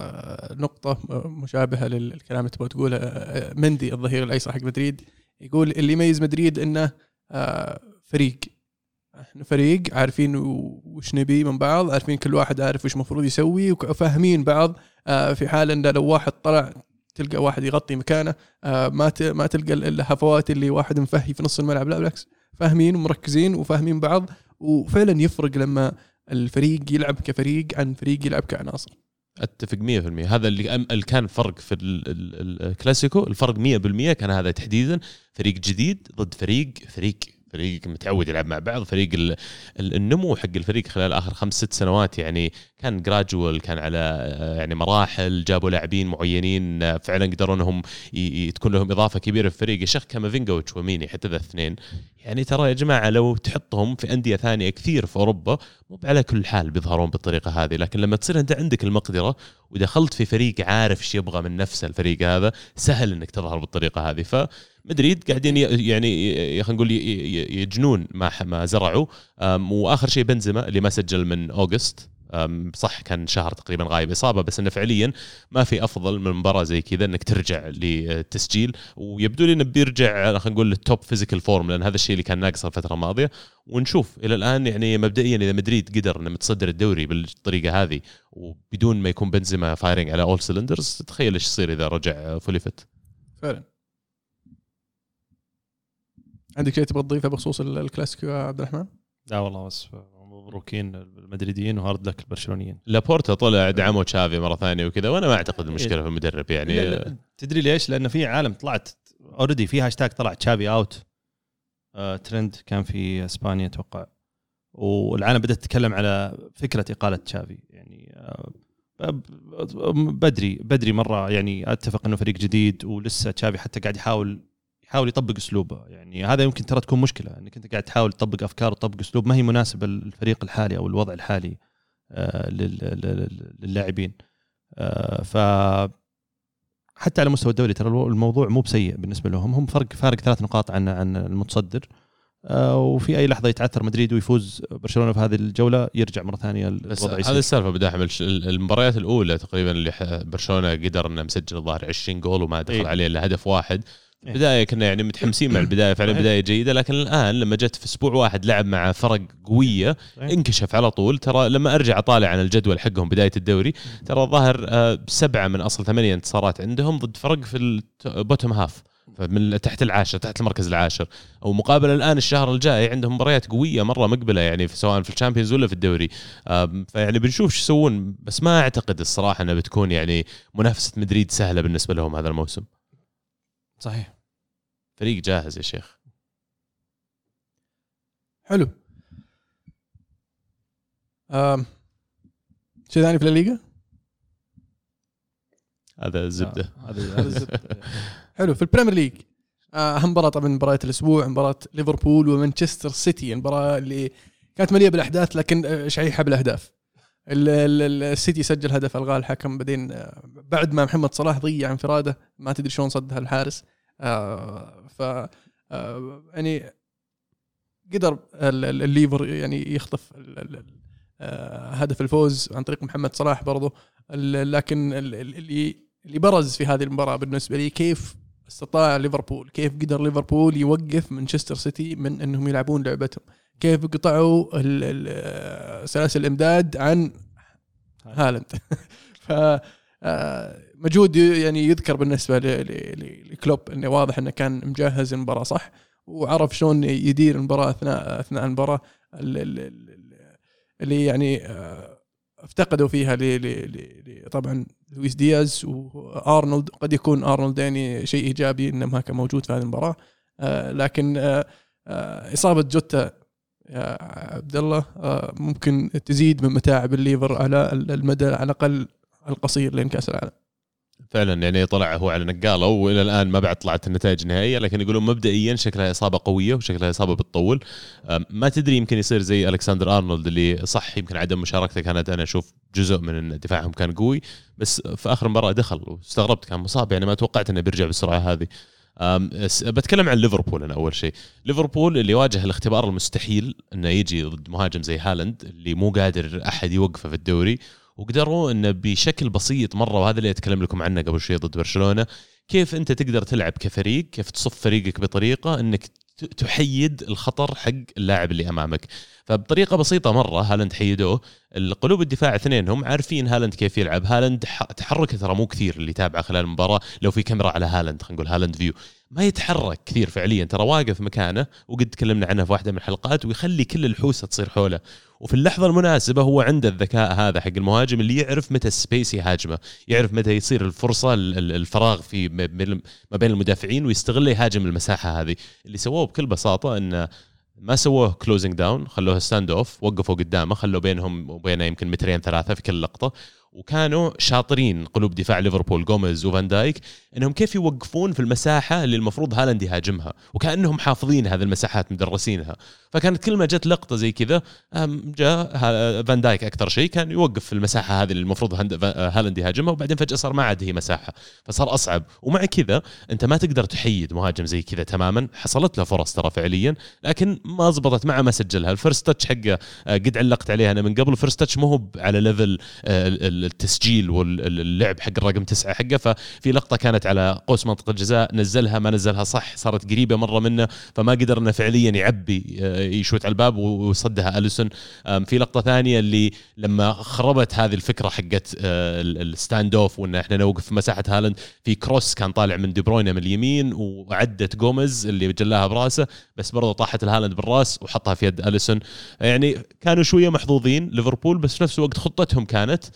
آه نقطة مشابهة للكلام اللي تبغى تقوله. آه مندي الظهير الأيسر حق مدريد يقول اللي يميز مدريد انه آه فريق، احنا فريق عارفين وش نبي من بعض، عارفين كل واحد عارف وش مفروض يسوي وفاهمين بعض. في حال ان لو واحد طلع تلقى واحد يغطي مكانه، ما ما تلقى الهفوات اللي واحد مفهي في نص الملعب، لا بالعكس فاهمين ومركزين وفاهمين بعض. وفعلا يفرق لما الفريق يلعب كفريق عن فريق يلعب كعناصر. اتفق مية بالمية. هذا اللي كان فرق في الكلاسيكو، الفرق مية بالمية كان هذا تحديدا، فريق جديد ضد فريق فريق فريق متعود يلعب مع بعض. فريق النمو حق الفريق خلال آخر خمس ست سنوات يعني كان جراجوال، كان على يعني مراحل، جابوا لاعبين معينين فعلا قدروا انهم تكون لهم اضافه كبيره في الفريق. الشيخ كامافينجا وتشواميني حتى ذا الاثنين يعني ترى يا جماعه لو تحطهم في انديه ثانيه كثير في اوروبا مو على كل حال بيظهرون بالطريقه هذه، لكن لما تصير انت عندك المقدره ودخلت في فريق عارف ايش يبغى من نفسه الفريق هذا، سهل انك تظهر بالطريقه هذه. فمدريد قاعدين يعني خلينا نقول يجنون ما ما زرعوا. واخر شيء بنزيما اللي ما سجل من اوغست، صح كان شهر تقريبا غايب إصابة، بس إنه فعليا ما في أفضل من مباراة زي كذا إنك ترجع للتسجيل. ويبدو لي إنه بيرجع خلينا نقول التوب فيزيكال فورم، لأن هذا الشيء اللي كان ناقص الفترة الماضية. ونشوف إلى الآن يعني مبدئيا إذا مدريد قدر إنه متصدر الدوري بالطريقة هذه وبدون ما يكون بنزيما فايرنج على أول سيلندرز، تخيل إيش يصير إذا رجع فولي فت. فعلا. عندك شيء تبغى تضيفه بخصوص الكلاسيكو يا عبد الرحمن؟ لا والله بس مبروكين المدريديين وهارد لك البرشلونيين. لابورتا طلع دعمه تشافي مرة ثانية وكذا، وأنا ما أعتقد المشكلة في المدرب يعني. لا لا. تدري ليش؟ لأن في عالم طلعت أوريدي في هاشتاج طلع تشافي أوت، آه ترند كان في إسبانيا أتوقع، والعالم بدأت تتكلم على فكرة إقالة تشافي. يعني آه بدري بدري مرة، يعني أتفق إنه فريق جديد ولسه تشافي حتى قاعد يحاول يحاول يطبق اسلوبه. يعني هذا يمكن ترى تكون مشكله انك انت قاعد تحاول تطبق افكار وتطبق اسلوب ما هي مناسبه للفريق الحالي او الوضع الحالي آه للاعبين. آه ف حتى على مستوى الدوري ترى الموضوع مو بسيء بالنسبه لهم، هم فرق فارق ثلاث نقاط عن عن المتصدر. آه وفي اي لحظه يتعثر مدريد ويفوز برشلونه في هذه الجوله يرجع مره ثانيه الوضع يصير. هذا السالفه بداحم المباريات الاولى تقريبا اللي برشلونه قدر انه مسجل الظاهر عشرين جول وما دخل إيه؟ عليه الا هدف واحد. بداية كنا يعني متحمسين مع البداية، فعلا بداية جيدة، لكن الآن لما جت في أسبوع واحد لعب مع فرق قوية انكشف على طول. ترى لما أرجع أطالع عن الجدول حقهم بداية الدوري ترى الظاهر سبعة من أصل ثمانية انتصارات عندهم ضد فرق في البوتوم هاف من تحت العاشر، تحت المركز العاشر. أو مقابل الآن الشهر الجاي عندهم مباريات قوية مرة مقبلة يعني في سواء في الشامبيونز ولا في الدوري. فيعني بنشوف شو يسوون، بس ما أعتقد الصراحة أنها بتكون يعني منافسة مدريد سهلة بالنسبة لهم هذا الموسم. صحيح، فريق جاهز يا شيخ. حلو. آم. شيء ثاني في الليغا؟ هذا الزبدة. هذا الزبدة. حلو. في البريمير ليج أهم مباراة طبعا مباراة الأسبوع مباراة ليفربول ومانشستر سيتي، المباراة اللي كانت مليئة بالأحداث لكن شحيحة بالأهداف. السيتي سجل هدف، ألغاه الحكم، بعدين بعد ما محمد صلاح ضيع انفراده ما تدري شلون صدها الحارس. آه ف آه يعني قدر الليفر يعني يخطف هدف الفوز عن طريق محمد صلاح برضه. لكن اللي اللي برز في هذه المباراة بالنسبة لي كيف استطاع ليفربول، كيف قدر ليفربول يوقف مانشستر سيتي من انهم يلعبون لعبتهم، كيف قطعوا سلاسل الامداد عن هالاند. ف مجهود يعني يذكر بالنسبة لكلوب، انه واضح انه كان مجهز المباراة صح، وعرف شلون يدير المباراة اثناء اثناء المباراة اللي يعني افتقدوا فيها ل ل طبعا لويس دياز وارنولد. قد يكون ارنولد يعني شيء ايجابي انه ما كان موجود في هذه المباراة، لكن اصابة جوتا يا عبد الله ممكن تزيد من متاعب الليفر على المدى على الاقل القصير لين كاس العالم. فعلا يعني طلع هو على نقاله، والى الان ما بعد طلعت النتائج النهائيه، لكن يقولون مبدئيا شكلها اصابه قويه وشكلها اصابه بتطول. ما تدري يمكن يصير زي الكسندر ارنولد اللي صح يمكن عدم مشاركته كانت انا اشوف جزء من دفاعهم كان قوي، بس في اخر مباراه دخل واستغربت كان مصاب، يعني ما توقعت انه بيرجع بالسرعه هذه. بتكلم عن ليفربول. أنا أول شيء ليفربول اللي واجه الاختبار المستحيل إنه يجي ضد مهاجم زي هالاند اللي مو قادر أحد يوقفه في الدوري، وقدروا إنه بشكل بسيط مرة، وهذا اللي أتكلم لكم عنه قبل شوي ضد برشلونة، كيف أنت تقدر تلعب كفريق، كيف تصف فريقك بطريقة إنك تحيد الخطر حق اللاعب اللي أمامك. فبطريقة بسيطة مرة هالاند حيدوه. القلوب الدفاع اثنين هم عارفين هالاند كيف يلعب. هالاند تحرك ترى مو كثير، اللي تابعه خلال المباراة لو في كاميرا على هالاند خلينا نقول هالاند فيو ما يتحرك كثير فعليا، ترى واقف مكانه، وقد تكلمنا عنها في واحدة من الحلقات، ويخلي كل الحوسة تصير حوله، وفي اللحظة المناسبة هو عنده الذكاء هذا حق المهاجم اللي يعرف متى السبيس يهاجمه، يعرف متى يصير الفرصة الفراغ في ما بين المدافعين ويستغل يهاجم المساحة هذه. اللي سووه بكل بساطة إنه ما سووه كلوزنج داون، خلوه ستاند اوف، وقفوا قدامه، خلوا بينهم وبينه يمكن مترين ثلاثة في كل لقطة، وكانوا شاطرين قلوب دفاع ليفربول جوميز وفان دايك انهم كيف يوقفون في المساحه اللي المفروض هالاند يهاجمها، وكانهم حافظين هذه المساحات مدرسينها. فكانت كل ما جت لقطه زي كذا جاء فان دايك اكثر شيء كان يوقف في المساحه هذه اللي المفروض هالاند يهاجمها، وبعدين فجاه صار ما عاد هي مساحه، فصار اصعب. ومع كذا انت ما تقدر تحيد مهاجم زي كذا تماما. حصلت له فرص ترى فعليا، لكن ما زبطت معه، ما سجلها. الفيرست تاتش حقه قد علقت عليها انا من قبل، الفيرست تاتش مو هو على ليفل التسجيل واللعب حق الرقم تسعة حقه. ففي لقطة كانت على قوس منطقة الجزاء نزلها ما نزلها صح، صارت قريبة مرة منه، فما قدر انه فعليا يعبي يشوت على الباب وصدها أليسون. في لقطة ثانية اللي لما خربت هذه الفكرة حقت الستاند اوف وان احنا نوقف في مساحة هالاند، في كروس كان طالع من دي بروينه من اليمين وعدت جوميز اللي جلاها براسه، بس برضه طاحت الهالاند بالراس وحطها في يد أليسون. يعني كانوا شوية محظوظين ليفربول، بس في نفس الوقت خطتهم كانت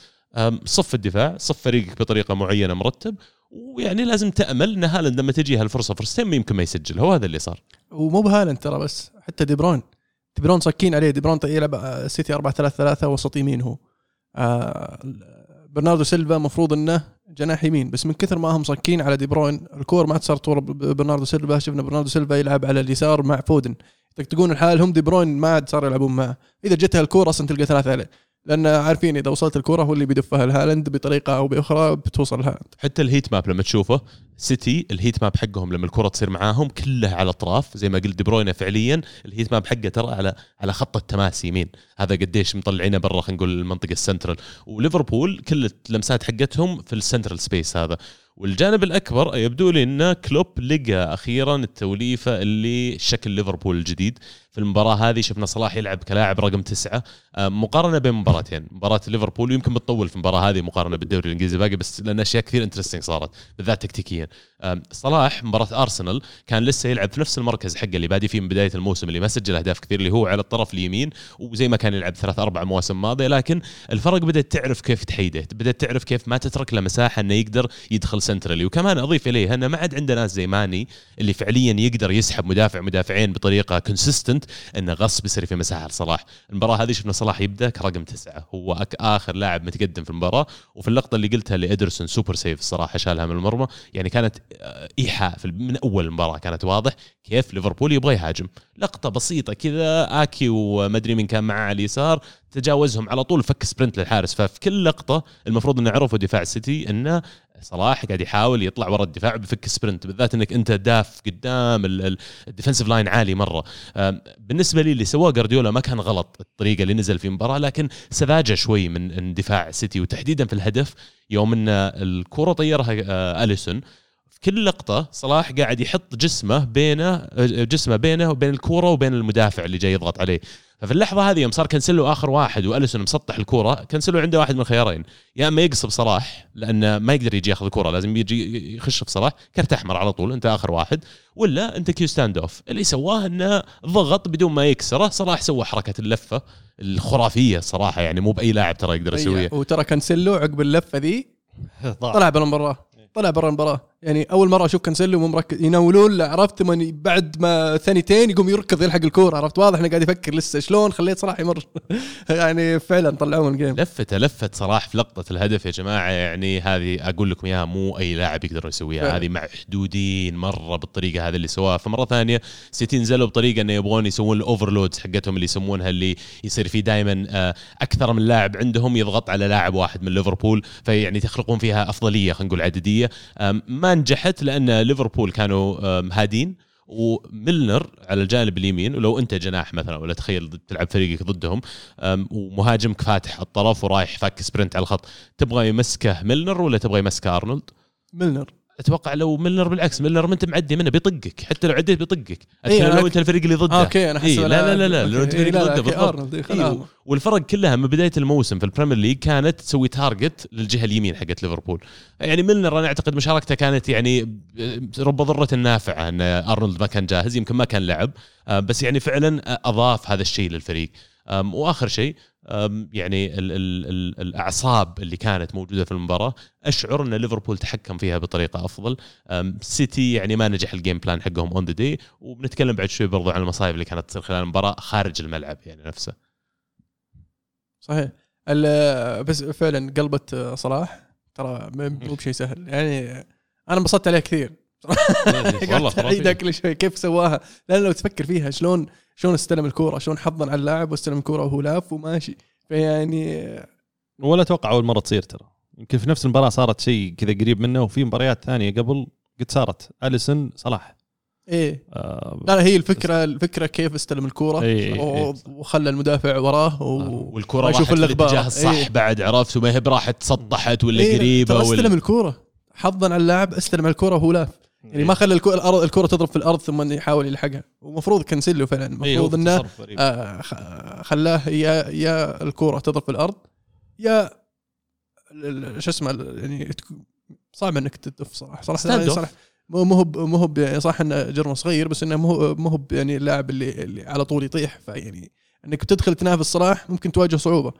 صف الدفاع، صف فريقك بطريقة معينة مرتب، ويعني لازم تأمل ان هالاند لما تجي هالفرصة فرصتين يمكن ما يسجل. هو هذا اللي صار. ومو بهالاند ترى بس، حتى دي بروين دي بروين صكين عليه. دي بروين يلعب سيتي أربعة ثلاثة ثلاثة وسط يمين، هو آه برناردو سيلفا مفروض انه جناح يمين، بس من كثر ما هم صكين على دي بروين الكور ما صار طور برناردو سيلفا. شفنا برناردو سيلفا يلعب على اليسار مع فودن، تقول الحال هم دي بروين ما عاد صار يلعبون معه. اذا جتها الكوره اصلا تلقى ثلاثة عليه، لأن عارفين إذا وصلت الكرة هو اللي بيدفها الهالاند بطريقة أو بأخرى بتوصل الهالاند. حتى الهيت ماب لما تشوفه سيتي، الهيت ماب حقهم لما الكرة تصير معاهم كلها على الأطراف، زي ما قلت دي بروينه فعليا الهيت ماب حقه ترى على على خط التماس يمين، هذا قديش مطلعينه برا خلينا نقول المنطقة السنترال. وليفربول كل اللمسات حقتهم في السنترال سبيس هذا. والجانب الأكبر يبدو لي إن كلوب لقى أخيرا التوليفة اللي شكل ليفربول الجديد. في المباراة هذه شفنا صلاح يلعب كلاعب رقم تسعة، مقارنة بين مباراتين، مباراة ليفربول ويمكن بتطول في المباراة هذه مقارنة بالدوري الإنجليزي باقي، بس لأن أشياء كثير انترستينج صارت بالذات تكتيكيا. صلاح مباراة أرسنال كان لسه يلعب في نفس المركز حقه اللي بادي فيه من بداية الموسم، اللي ما سجل أهداف كثير، اللي هو على الطرف اليمين، وزي ما كان يلعب ثلاث أربع مواسم ماضية. لكن الفرق بدأت تعرف كيف تحيده، بدأت تعرف كيف ما تترك له مساحة إنه يقدر يدخل سنترالي. وكمان أضيف إليه أنه ما عاد عندنا ناس زي ماني اللي فعليا يقدر يسحب مدافع مدافعين بطريقة كونسيستنت إنه غصب يصير في مساحة لصلاح. المباراة هذه شفنا صلاح يبدأ كرقم تسعة، هو آخر لاعب متقدم في المباراة. وفي اللقطة اللي قلتها لإدرسون سوبر سيف الصراحة، شالها من المرمى، يعني كانت إيحاء من أول المباراة، كانت واضح كيف ليفربول يبغى يهاجم. لقطة بسيطة كذا آكي ومدري من كان معاه على اليسار تجاوزهم على طول، فك سبرنت للحارس. ففي كل لقطة المفروض أن عرفوا دفاع السيتي أن صلاح قاعد يحاول يطلع ورا الدفاع بفك سبرنت، بالذات انك انت داف قدام الديفنسيف لاين عالي مره. بالنسبه لي اللي سواه جارديولا ما كان غلط الطريقه اللي نزل في المباراه، لكن سذاجه شوي من دفاع سيتي، وتحديدا في الهدف يوم ان الكره طيرها أليسون في كل لقطه صلاح قاعد يحط جسمه بينه جسمه بينه وبين الكره وبين المدافع اللي جاي يضغط عليه. ففي اللحظه هذه يوم صار كانسلو اخر واحد وأليسون مسطح الكره، كانسلو عنده واحد من الخيارين، يا اما يقصب صلاح لانه ما يقدر يجي ياخذ الكره، لازم يجي يخش في صلاح كرت احمر على طول انت اخر واحد، ولا انت كيو ستاند اوف. اللي سواه انه ضغط بدون ما يكسره. صلاح سوى حركه اللفه الخرافيه صراحه، يعني مو باي لاعب ترى يقدر يسويها. وترى كانسلو عقب اللفه ذي طلع برا المباراه، طلع برا المباراه. يعني اول مره اشوف كانسلو مو مركز، يناولون عرفت من بعد ما ثانيتين يقوم يركض يلحق الكوره، عرفت واضح انه قاعد يفكر لسه شلون خليت صلاح يمر. يعني فعلا طلعوه من الجيم. لفته لفت صلاح في لقطه الهدف يا جماعه، يعني هذه اقول لكم اياها مو اي لاعب يقدر يسويها، هذه مع حدودين مره بالطريقه هذه اللي سواها. فمره ثانيه سيتي نزلوا بطريقه انه يبغون يسوون الاوفرلودز حقتهم اللي يسمونها، اللي يصير في دائما اكثر من لاعب عندهم يضغط على لاعب واحد من ليفربول، فيعني تخلقون فيها افضليه خلينا نقول عدديه. ما نجحت لان ليفربول كانوا هادين، وميلنر على الجانب اليمين، ولو انت جناح مثلا ولا تخيل تلعب فريقك ضدهم ومهاجمك فاتح الطرف ورايح فاك سبرنت على الخط، تبغى يمسكه ميلنر ولا تبغى يمسكه ارنولد؟ ميلنر. اتوقع لو ميلنر بالعكس، ميلنر ما انت معدي منه بيطقك، حتى لو عديت بيطقك. اتكلم لو انت الفريق اللي ضده. اوكي انا إيه لا لا لا, لا. لو انت الفريق اللي ضده بالضبط. إيه. والفرق كلها من بدايه الموسم في البريمير ليج كانت تسوي تارجت للجهه اليمين حقت ليفربول. يعني ميلنر انا اعتقد مشاركته كانت يعني رب ضره نافعه، ان ارنولد ما كان جاهز، يمكن ما كان لعب، بس يعني فعلا اضاف هذا الشيء للفريق. واخر شيء يعني ال ال ال الأعصاب اللي كانت موجودة في المباراة، أشعر أن ليفربول تحكم فيها بطريقة أفضل. سيتي يعني ما نجح الجيم بلان حقهم اون ذا داي، وبنتكلم بعد شوي برضو عن المصايب اللي كانت تصير خلال المباراة خارج الملعب يعني نفسه. صحيح. بس فعلا قلبة صلاح ترى مو بشيء سهل، يعني أنا انبسطت عليه كثير والله. عيدها كل شوي كيف سواها، لأن لو تفكر فيها شلون شلون استلم الكورة، شلون حضن على اللاعب واستلم الكورة وهو لاف وماشي. فيعني ولا أتوقع أول مرة تصير، ترى يمكن في نفس المباراة صارت شيء كذا قريب منه، وفي مباريات ثانية قبل قد صارت أليسون صلاح. إيه آه لا هي الفكرة الفكرة كيف استلم الكورة إيه وخلى المدافع وراه و... آه والكورة يشوف الاتجاه الصح. إيه راحت عرفت وما هي براحت سطحت ولا إيه قريبة ولا استلم الكورة حضن على اللاعب، استلم الكورة وهو لاف، يعني ما خلى الكرة الأرض الكرة تضرب في الأرض ثم يحاول يلحقها. ومفروض كنسله فعلا المفروض إنه آه خلاه يا يا الكرة تضرب في الأرض يا شو اسمه، يعني صعب إنك تدف صراحة صراحة صراحة مو مو مو يعني صح إنه جرم صغير، بس إنه مو مو يعني اللاعب اللي اللي على طول يطيح، فيعني إنك تدخل تنافس صلاح ممكن تواجه صعوبة،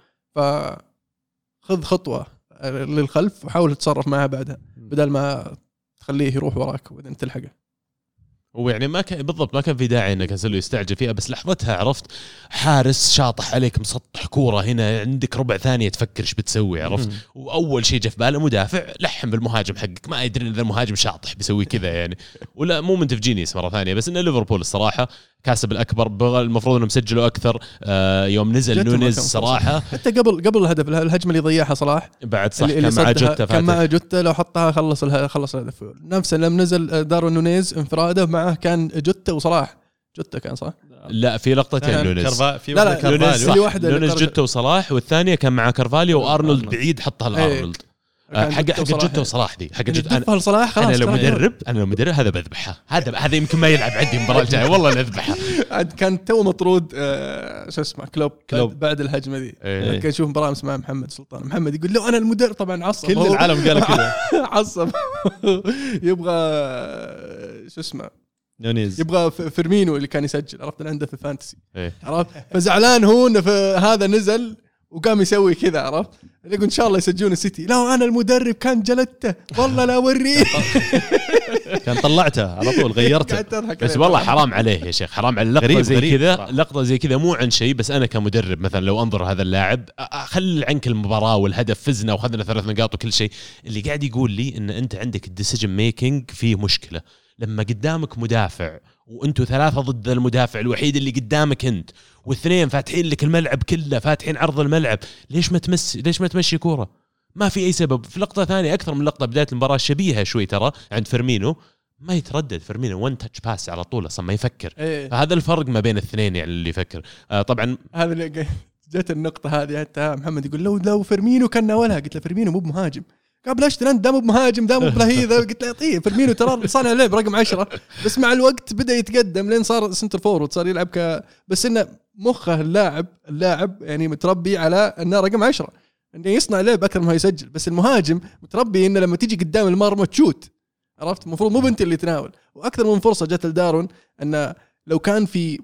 فخذ خطوة للخلف وحاول تتصرف معها بعدها بدل ما خليه يروح وراك وبعدين تلحقه. ويعني ما كان بالضبط ما كان في داعي انك كانسلو يستعجل فيها، بس لحظتها عرفت حارس شاطح عليك مسطح كوره هنا، عندك ربع ثانيه تفكر ايش بتسوي عرفت، واول شيء جاء في باله مدافع لحم بالمهاجم حقك، ما يدري ان ذا المهاجم شاطح بيسوي كذا يعني. ولا مو من تفجينيس مره ثانيه، بس ان ليفربول الصراحه كاسب الاكبر، المفروض انهم سجلوا اكثر. آه يوم نزل نونيز صراحه حتى قبل قبل الهدف الهجمه اللي ضيعها صلاح بعد صح كان مع جوتا كان مع جوتا لو حطها خلص خلص الهدف نفسه. لما نزل دارون نونيز انفراده معه كان جوتا وصلاح، جوتا كان صح لا في لقطتين نونيز كرفا في لا لا كارفاليو اللي واحده نونيز جوتا وصلاح، والثانيه كان مع كارفاليو وارنولد بعيد حطها لارنولد. حق حق جوتا وصلاح دي حق جوتا. انا صلاح خلاص انا لو مدرب انا لو مدرب هذا بذبحها، هذا هذا يمكن ما يلعب عندي المباراه الجايه والله نذبحها. كان تو مطرود آه شو اسمه كلوب, كلوب بعد الهجمه دي. إيه. كان يشوف مباراه مع محمد سلطان، محمد يقول له انا المدرب، طبعا عصب كل العالم قال كذا عصب يبغى شو اسمه نونيز، يبغى فيرمينو اللي كان يسجل عرفت عنده في الفانتسي. إيه. عرفت فزعلان هو انه هذا نزل وقام يسوي كذا عرفت، يقول ان شاء الله يسجلون السيتي. لا انا المدرب كان جلدته والله لا اوريه كان طلعته على طول غيرته. بس والله حرام عليه يا شيخ، حرام على لقطه زي كذا، لقطه زي كذا مو عن شيء، بس انا كمدرب مثلا لو انظر هذا اللاعب خل عنك المباراه والهدف فزنا وخذنا ثلاث نقاط وكل شيء، اللي قاعد يقول لي ان انت عندك الديسيجن ميكينج فيه مشكله. لما قدامك مدافع وانتوا ثلاثة ضد المدافع الوحيد اللي قدامك انت، واثنين فاتحين لك الملعب كله، فاتحين عرض الملعب، ليش ما تمس ليش ما تمشي كورة؟ ما في اي سبب. في لقطه ثانيه اكثر من لقطه بدايه المباراه شبيهه شوي ترى عند فيرمينو، ما يتردد فيرمينو وان تاتش باس على طول اصلا ما يفكر. إيه. فهذا الفرق ما بين الاثنين يعني اللي يفكر. آه طبعا هذا اللي جت النقطه هذه حتى محمد يقول لو لو فيرمينو كان ناولها، قلت له فيرمينو مو بمهاجم. قبل اشتري ده مو بمهاجم ده مو بلهيذا. قلت له طيب فيرمينو ترى صانع لعب رقم عشرة، بس مع الوقت بدا يتقدم لين صار سنتر فورورد، صار يلعب ك بس انه مخه اللاعب اللاعب يعني متربي على انه رقم عشرة، انه يصنع لعب اكثر ما يسجل. بس المهاجم متربي انه لما تيجي قدام المرمى تشوت، عرفت؟ المفروض مو بنت اللي تناول. واكثر من فرصه جت لدارون انه لو كان في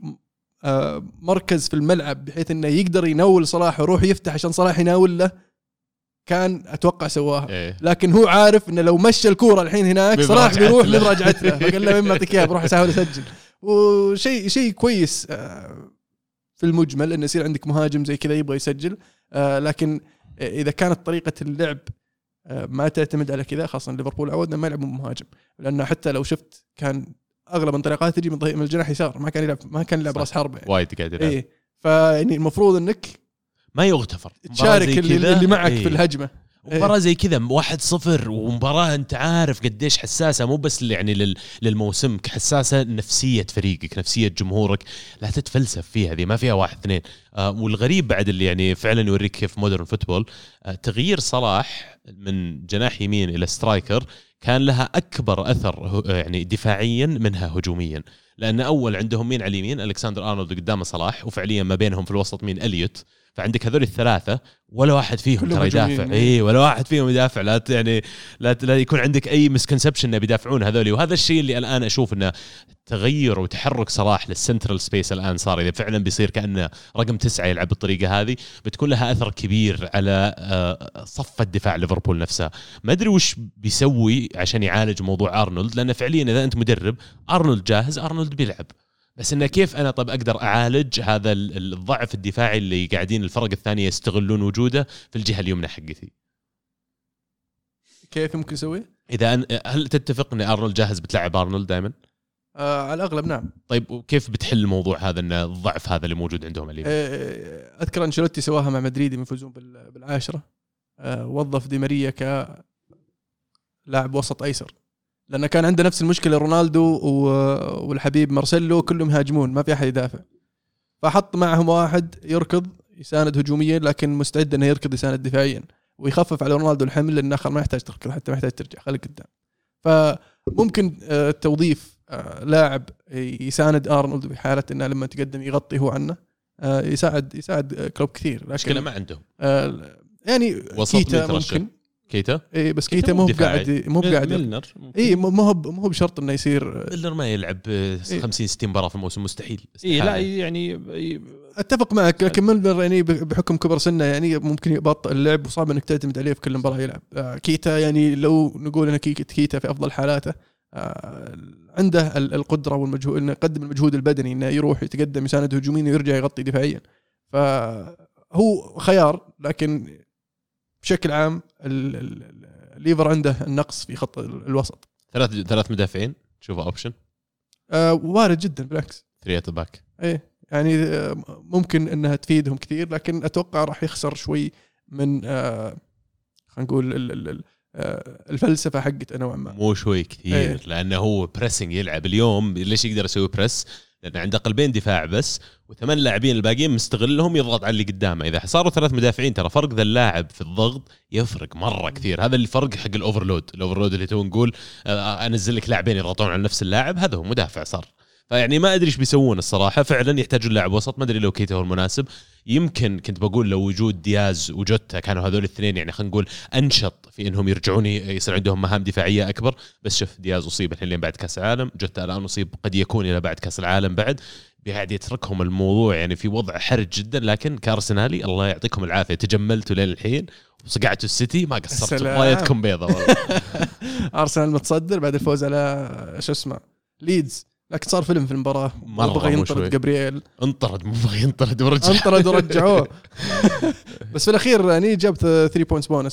مركز في الملعب بحيث انه يقدر يناول صلاح ويروح يفتح عشان صلاح يناول له، كان اتوقع سواها. إيه. لكن هو عارف انه لو مشى الكوره الحين هناك صلاح بيروح لمراجعته له، فقال له مما اعطيك اياها بروح اساوي اسجل. وشيء شيء كويس في المجمل انه يصير عندك مهاجم زي كذا يبغى يسجل. لكن اذا كانت طريقه اللعب ما تعتمد على كذا، خاصه ليفربول عودنا ما يلعب مهاجم، لانه حتى لو شفت كان اغلب الطريقات تجي من الجناح يسار، ما كان يلعب ما كان يلعب راس حربه يعني. وايد قاعد يلعب. ايه فيعني المفروض انك ما يغتفر تشارك اللي, اللي معك إيه. في الهجمه. مباراة زي كذا واحد صفر، ومباراة أنت عارف قديش حساسة، مو بس يعني للموسم، حساسة نفسية فريقك نفسية جمهورك، لا تتفلسف فيها، هذه ما فيها واحد اثنين. آه والغريب بعد اللي يعني فعلا يوريك كيف مودرن فوتبول، آه تغيير صلاح من جناح يمين إلى سترايكر كان لها أكبر أثر يعني دفاعيا منها هجوميا، لأن أول عندهم مين على اليمين؟ ألكسندر أرنولد قدام صلاح، وفعليا ما بينهم في الوسط مين؟ أليوت. فعندك هذول الثلاثة ولا واحد فيهم ترى يدافع. اي ولا واحد فيهم يدافع. لا يعني لا, لا يكون عندك اي مسكونسبشن انه بيدافعون هذول. وهذا الشيء اللي الان اشوف انه تغير وتحرك صلاح للسنترال سبيس الان صار اذا فعلا بيصير كانه رقم تسعة يلعب بالطريقه هذه، بتكون لها اثر كبير على صف الدفاع ليفربول نفسها. ما ادري وش بيسوي عشان يعالج موضوع ارنولد، لان فعليا اذا انت مدرب ارنولد جاهز ارنولد بيلعب، بس إنه كيف أنا طب أقدر أعالج هذا الضعف الدفاعي اللي قاعدين الفرق الثانية يستغلون وجوده في الجهة اليمنى حقتي؟ كيف ممكن يسوي؟ إذا أن هل تتفق إن أرنولد جاهز بتلعب أرنولد دائما؟ آه على الأغلب نعم. طيب وكيف بتحل الموضوع هذا إن الضعف هذا اللي موجود عندهم اليوم؟ آه أذكر أنشيلوتي سواها مع مدريد يفوزون بالعاشرة، آه وظف دي ماريا كلاعب وسط أيسر، لأنه كان عنده نفس المشكلة رونالدو والحبيب مارسيلو كلهم يهاجمون ما في أحد يدافع، فحط معهم واحد يركض يساند هجوميا لكن مستعد أنه يركض يساند دفاعيا، ويخفف على رونالدو الحمل لأن آخر ما يحتاج تركض حتى ما يحتاج ترجع خليك قدام. فممكن توظيف لاعب يساند أرنولد بحالة أنه لما تقدم يغطي هو عنه، يساعد يساعد كلوب كثير. لكن ما عندهم يعني كيتا ممكن كيتا اي بس كيتا مو قاعد مو قاعد ميلنر اي مو هو مو بشرط انه يصير. ميلنر ما يلعب خمسين ستين مباراه في الموسم مستحيل. اي لا يعني اتفق معك، لكن ميلنر يعني بحكم كبر سنه يعني ممكن يبطئ اللعب وصعب انك تعتمد عليه في كل مباراه يلعب. كيتا يعني لو نقول ان كيتا في افضل حالاته عنده القدره والمجهود انه يقدم المجهود البدني انه يروح يتقدم يساند هجوميا ويرجع يغطي دفاعيا، فهو خيار. لكن بشكل عام الليفر عنده النقص في خط الوسط. ثلاث ثلاث مدافعين تشوفه اوبشن؟ آه وارد جدا بالعكس. ثريات باك ايه يعني ممكن انها تفيدهم كثير، لكن اتوقع راح يخسر شوي من آه خلينا نقول ال ال آه الفلسفه حقته نوعا ما. مو شوي كثير ايه. لانه هو بريسنج يلعب اليوم، ليش يقدر يسوي بريس؟ لأن عنده قلبين دفاع بس وثمان لاعبين الباقيين مستغلهم يضغط على اللي قدامه. إذا صاروا ثلاث مدافعين ترى فرق ذا اللاعب في الضغط يفرق مرة كثير. هذا اللي فرق حق الأوفرلود. الأوفرلود اللي تو نقول أنزل لك لاعبين يضغطون على نفس اللاعب، هذا هو مدافع صار. فيعني ما أدري إيش بيسوون الصراحة. فعلا يحتاجون لاعب وسط، ما أدري لو كيتا هو المناسب. يمكن كنت بقول لو وجود دياز وجوتا كانوا هذول الاثنين يعني خلينا نقول أنشط في إنهم يرجعون يصير عندهم مهام دفاعية أكبر. بس شوف دياز أصيب الحين بعد كأس العالم، جوتا الآن أصيب قد يكون إلى بعد كأس العالم بعد، بيقعد يتركهم الموضوع يعني في وضع حرج جدا. لكن كارسنالي الله يعطيكم العافية تجملتوا لين الحين وصقعتوا السيتي ما قصرتوا، رايتكم بيضة والله. أرسنال متصدر بعد الفوز على شو اسمه ليدز، لكن صار فيلم في المباراة بغى ينطرد جابرييل، انطرد مو بغى ينطرد ورجع انطرد ورجعوه. بس في الأخير يعني جاب ثلاثة بوينتس بونس ولا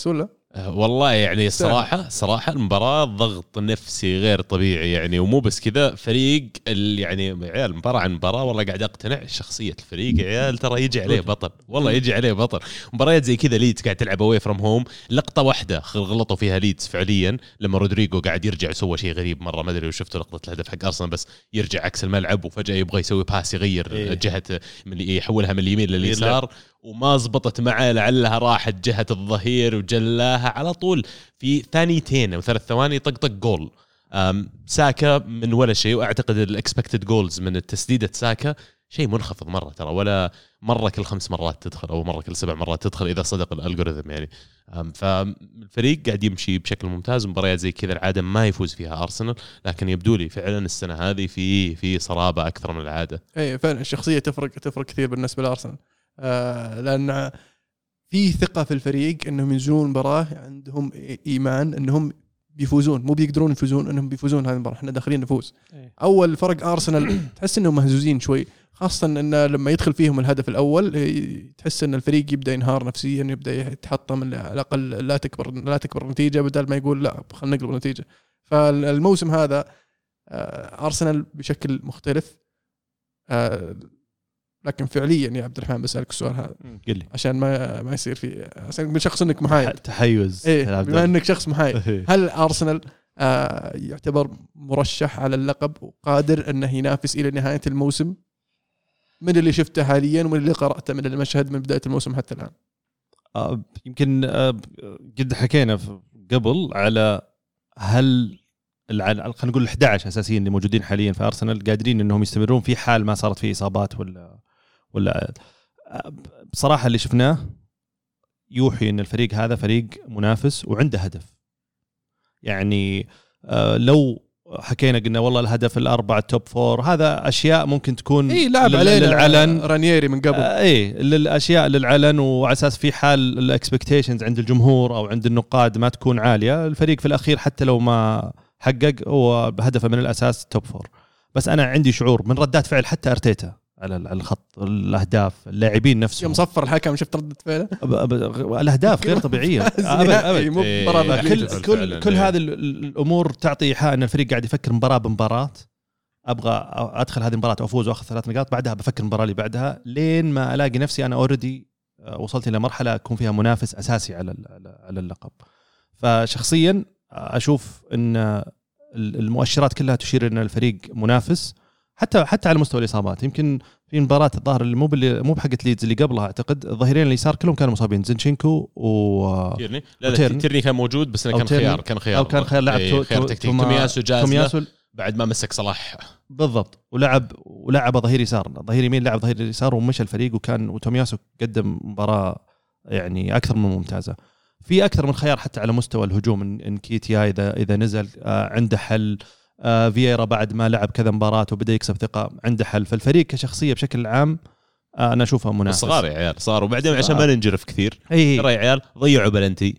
والله يعني صراحة صراحة المباراة ضغط نفسي غير طبيعي يعني. ومو بس كذا فريق يعني عيال مباراة عن مباراة والله قاعد أقتنع شخصية الفريق عيال ترى يجي عليه بطل والله يجي عليه بطل. مباريات زي كذا ليدز قاعد تلعب أواي فروم هوم لقطة واحدة غلطوا فيها ليدز فعليا لما رودريجو قاعد يرجع يسوي شيء غريب مرة ما أدري وشفتوا لقطة الهدف حق أرسنال بس يرجع عكس الملعب وفجأة يبغى يسوي باس يغير إيه. جهة من يحولها من اليمين لليسار وما زبطت معه لعلها راحت جهة الظهير وجلاها على طول في ثانيتين أو ثلاث ثواني طق طق جول. ساكا من ولا شيء وأعتقد الإكسبكتد جولز من التسديدة ساكا شيء منخفض مرة ترى ولا مرة كل خمس مرات تدخل أو مرة كل سبع مرات تدخل إذا صدق الألغوريثم يعني. فالفريق قاعد يمشي بشكل ممتاز. مباريات زي كذا العادة ما يفوز فيها أرسنال لكن يبدو لي فعلا السنة هذه في في صرابة أكثر من العادة. أي فعلا الشخصية تفرق تفرق كثير بالنسبة لأرسنال آه لأن في ثقة في الفريق أنهم ينزلون مباراة عندهم إيمان أنهم بيفوزون مو بيقدرون يفوزون أنهم بيفوزون هذه المباراة احنا داخلين نفوز. أول فرق أرسنال تحس أنهم مهزوزين شوي خاصة أن لما يدخل فيهم الهدف الأول تحس أن الفريق يبدأ ينهار نفسيا يبدأ يتحطم على الأقل لا تكبر لا تكبر نتيجة بدل ما يقول لا خلنا نقلب نتيجة. فالموسم هذا أرسنال بشكل مختلف لكن فعليا يا عبد الرحمن بسألك السؤال هذا عشان ما ما يصير في عشان شخص انك محايد تحيز إيه بما انك شخص محايد هل أرسنال آه يعتبر مرشح على اللقب وقادر انه ينافس الى نهاية الموسم من اللي شفته حاليا ومن اللي قرأته من المشهد من بداية الموسم حتى الآن؟ آه يمكن آه قد حكينا قبل على هل خلينا نقول إحدى عشر اساسيين اللي موجودين حاليا في أرسنال قادرين انهم يستمرون في حال ما صارت فيه اصابات ولا ولا بصراحة اللي شفناه يوحي ان الفريق هذا فريق منافس وعنده هدف. يعني لو حكينا قلنا والله الهدف الأربعة توب فور هذا أشياء ممكن تكون إيه لعب علينا للعلن رانييري من قبل إيه للأشياء للعلن وعلى أساس في حال الإكسبكتيشنز عند الجمهور أو عند النقاد ما تكون عالية الفريق في الأخير حتى لو ما حقق هو بهدفه من الأساس توب فور. بس أنا عندي شعور من ردات فعل حتى أرتيتا على الخط الأهداف اللاعبين نفسهم يوم صفر الحكم شفت ردة فعله الأهداف غير طبيعية أبد كل كل كل هذه الأمور تعطي إيحاء أن الفريق قاعد يفكر مباراة بمباراة أبغى أدخل هذه المباراة وأفوز وأخذ ثلاث نقاط بعدها بفكر المباراة اللي بعدها لين ما ألاقي نفسي أنا أوريدي وصلت إلى مرحلة أكون فيها منافس أساسي على على اللقب. فشخصيا أشوف أن المؤشرات كلها تشير أن الفريق منافس حتى حتى على مستوى الإصابات. يمكن في مباراة الظاهر اللي مو باللي مو بحقة ليدز اللي قبلها أعتقد الظهيرين اليسار كلهم كانوا مصابين زينشينكو و تيرني لا لا تيرني كان موجود بس كان خيار كان خيار أو كان خيار لاعب تو... خيار تكتيك تومياسو جاز بعد ما مسك صلاح بالضبط ولعب ولعب ظهير يسار ظهير يمين لعب ظهير يسار ومشى الفريق وكان وتومياسو قدم مباراة يعني أكثر من ممتازة. في أكثر من خيار حتى على مستوى الهجوم إن كيتيا إذا إذا نزل عنده حل آه فييرا بعد ما لعب كذا مباراة وبدأ يكسب ثقة عنده حل. فالفريق كشخصية بشكل عام آه أنا أشوفها منافس صغار يا عيال صار وبعدين عشان ما ننجرف كثير ترى يا عيال ضيعوا بلنتي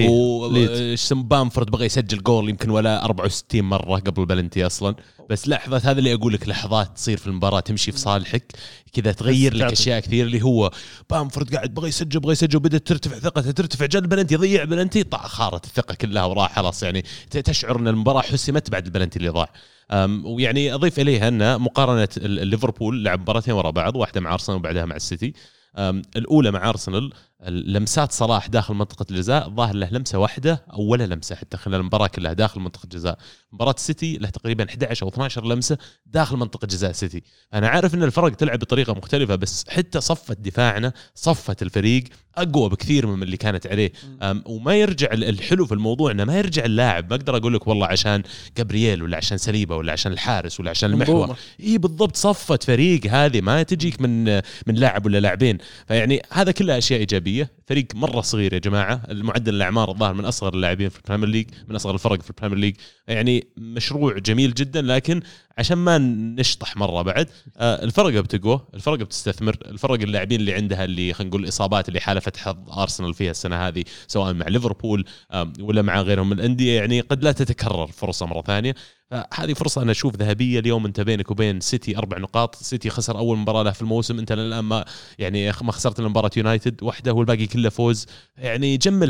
وشم بامفورد بغى يسجل جول يمكن ولا أربعة وستين مرة قبل بلنتي أصلا. بس لحظة هذا اللي أقولك لحظات تصير في المباراة تمشي في صالحك كذا تغير لك أشياء كثير اللي هو بامفورد قاعد بغى يسجل بغى يسجل وبدأت ترتفع ثقته ترتفع جل بلنتي يضيع بلنتي طع خارت الثقة كلها وراح خلاص يعني تشعر أن المباراة حسمت بعد البلنتي اللي ضاع. ويعني أضيف إليها أن مقارنة الليفربول لعب مباراتين ورا بعض واحدة مع أرسنال وبعدها مع السيتي. الأولى مع أرسنال لمسات صلاح داخل منطقة الجزاء ظاهر له لمسة واحدة أو ولا لمسة حتى خلال المباراة كلها داخل منطقة الجزاء. مباراة السيتي له تقريبا إحدى عشر أو اثنا عشر لمسة داخل منطقة جزاء السيتي. أنا عارف إن الفرق تلعب بطريقة مختلفة بس حتى صفة دفاعنا صفة الفريق أقوى بكثير من اللي كانت عليه. وما يرجع الحلو في الموضوع إنه ما يرجع اللاعب ما أقدر أقول لك والله عشان جابرييل ولا عشان سليبة ولا عشان الحارس ولا عشان المحور إيه بالضبط صفة فريق هذه ما تجيك من من لاعب ولا لاعبين. فيعني هذا كلها أشياء إيجابية. فريق مرة صغير يا جماعة المعدل الأعمار الظاهر من أصغر اللاعبين في البريمير ليج من أصغر الفرق في البريمير ليج يعني مشروع جميل جدا. لكن عشان ما نشطح مرة بعد آه الفرقة بتقوى الفرقة بتستثمر الفرق اللاعبين اللي عندها اللي خلينا نقول الإصابات اللي حالفت حظ أرسنال فيها السنة هذه سواء مع ليفربول آه ولا مع غيرهم من الأندية يعني قد لا تتكرر فرصة مرة ثانية. فهذه فرصة أنا أشوف ذهبية. اليوم أنت بينك وبين سيتي أربع نقاط. سيتي خسر أول مباراة له في الموسم أنت الآن ما يعني ما خسرت المباراة يونايتد واحدة والباقي كله فوز يعني جملها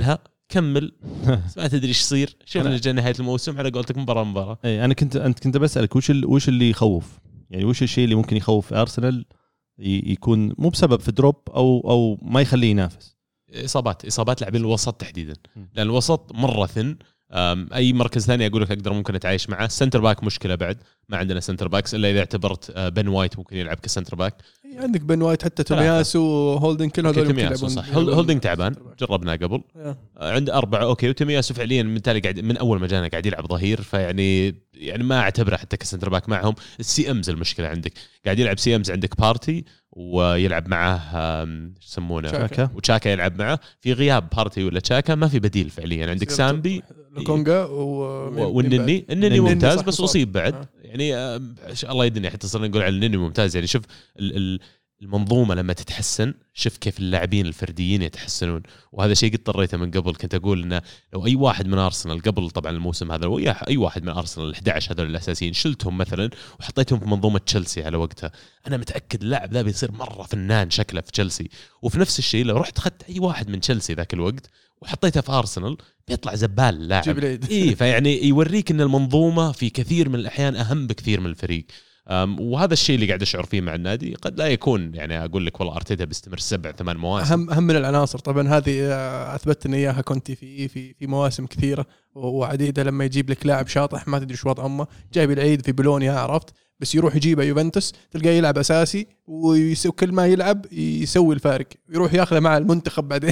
كمل ما تدري ايش يصير شوف نجي نهايه الموسم على قولتك مباراه مباراه. اي انا كنت انت كنت بسالك وش ال... وش اللي يخوف يعني وش الشيء اللي ممكن يخوف ارسنال يكون مو بسبب في دروب او او ما يخليه ينافس. اصابات اصابات لاعبين الوسط تحديدا لان الوسط مره ثن. اي مركز ثاني اقول لك اقدر ممكن اتعايش معه. سنتر باك مشكله بعد ما عندنا سنتر باكس الا اذا اعتبرت بن وايت ممكن يلعب كسنتر باك. عندك بن وايت حتى تومياسو وهولدنج كل هذول ممكن يلعبون صح. هولدنج تعبان جربناه قبل عند أربعة اوكي وتومياسو فعليا من تالي قاعد من اول ما جانا قاعد يلعب ظهير فيعني يعني ما اعتبره حتى كسنتر باك معهم. السي امز المشكله عندك قاعد يلعب سي امز عندك بارتي ويلعب معه ايش يسمونه وتشاكا يلعب معه في غياب بارتي ولا تشاكا ما في بديل فعليا. عندك سامبي لوكونغا والنني النني ممتاز بس اصيب بعد آه. يعني آه الله يدني حتى صرنا نقول على النني ممتاز. يعني شوف المنظومه لما تتحسن شوف كيف اللاعبين الفرديين يتحسنون وهذا شيء قد طريته من قبل. كنت اقول انه لو اي واحد من ارسنال قبل طبعا الموسم هذا ويا اي واحد من ارسنال الأحد عشر هذول الاساسيين شلتهم مثلا وحطيتهم في منظومه تشيلسي على وقتها انا متاكد اللاعب ذا بيصير مره فنان شكله في تشيلسي. وفي نفس الشيء لو رحت اخذت اي واحد من تشيلسي ذاك الوقت وحطيته في ارسنال بيطلع زبال اللاعب. اي فيعني يوريك ان المنظومه في كثير من الاحيان اهم بكثير من الفريق. وهذا الشيء اللي قاعد أشعر فيه مع النادي. قد لا يكون يعني أقول لك والله أرتيتا بيستمر سبع ثمان مواسم. أهم أهم من العناصر طبعا هذه أثبت إن إياها كنت في في في مواسم كثيرة وعديدة. لما يجيب لك لاعب شاطح ما تدري شو وضع أمه جايب العيد في بولونيا عرفت بس يروح يجيبه يوفنتوس تلقاه يلعب أساسي ويسوي كل ما يلعب يسوي الفارق يروح ياخذه مع المنتخب بعدين.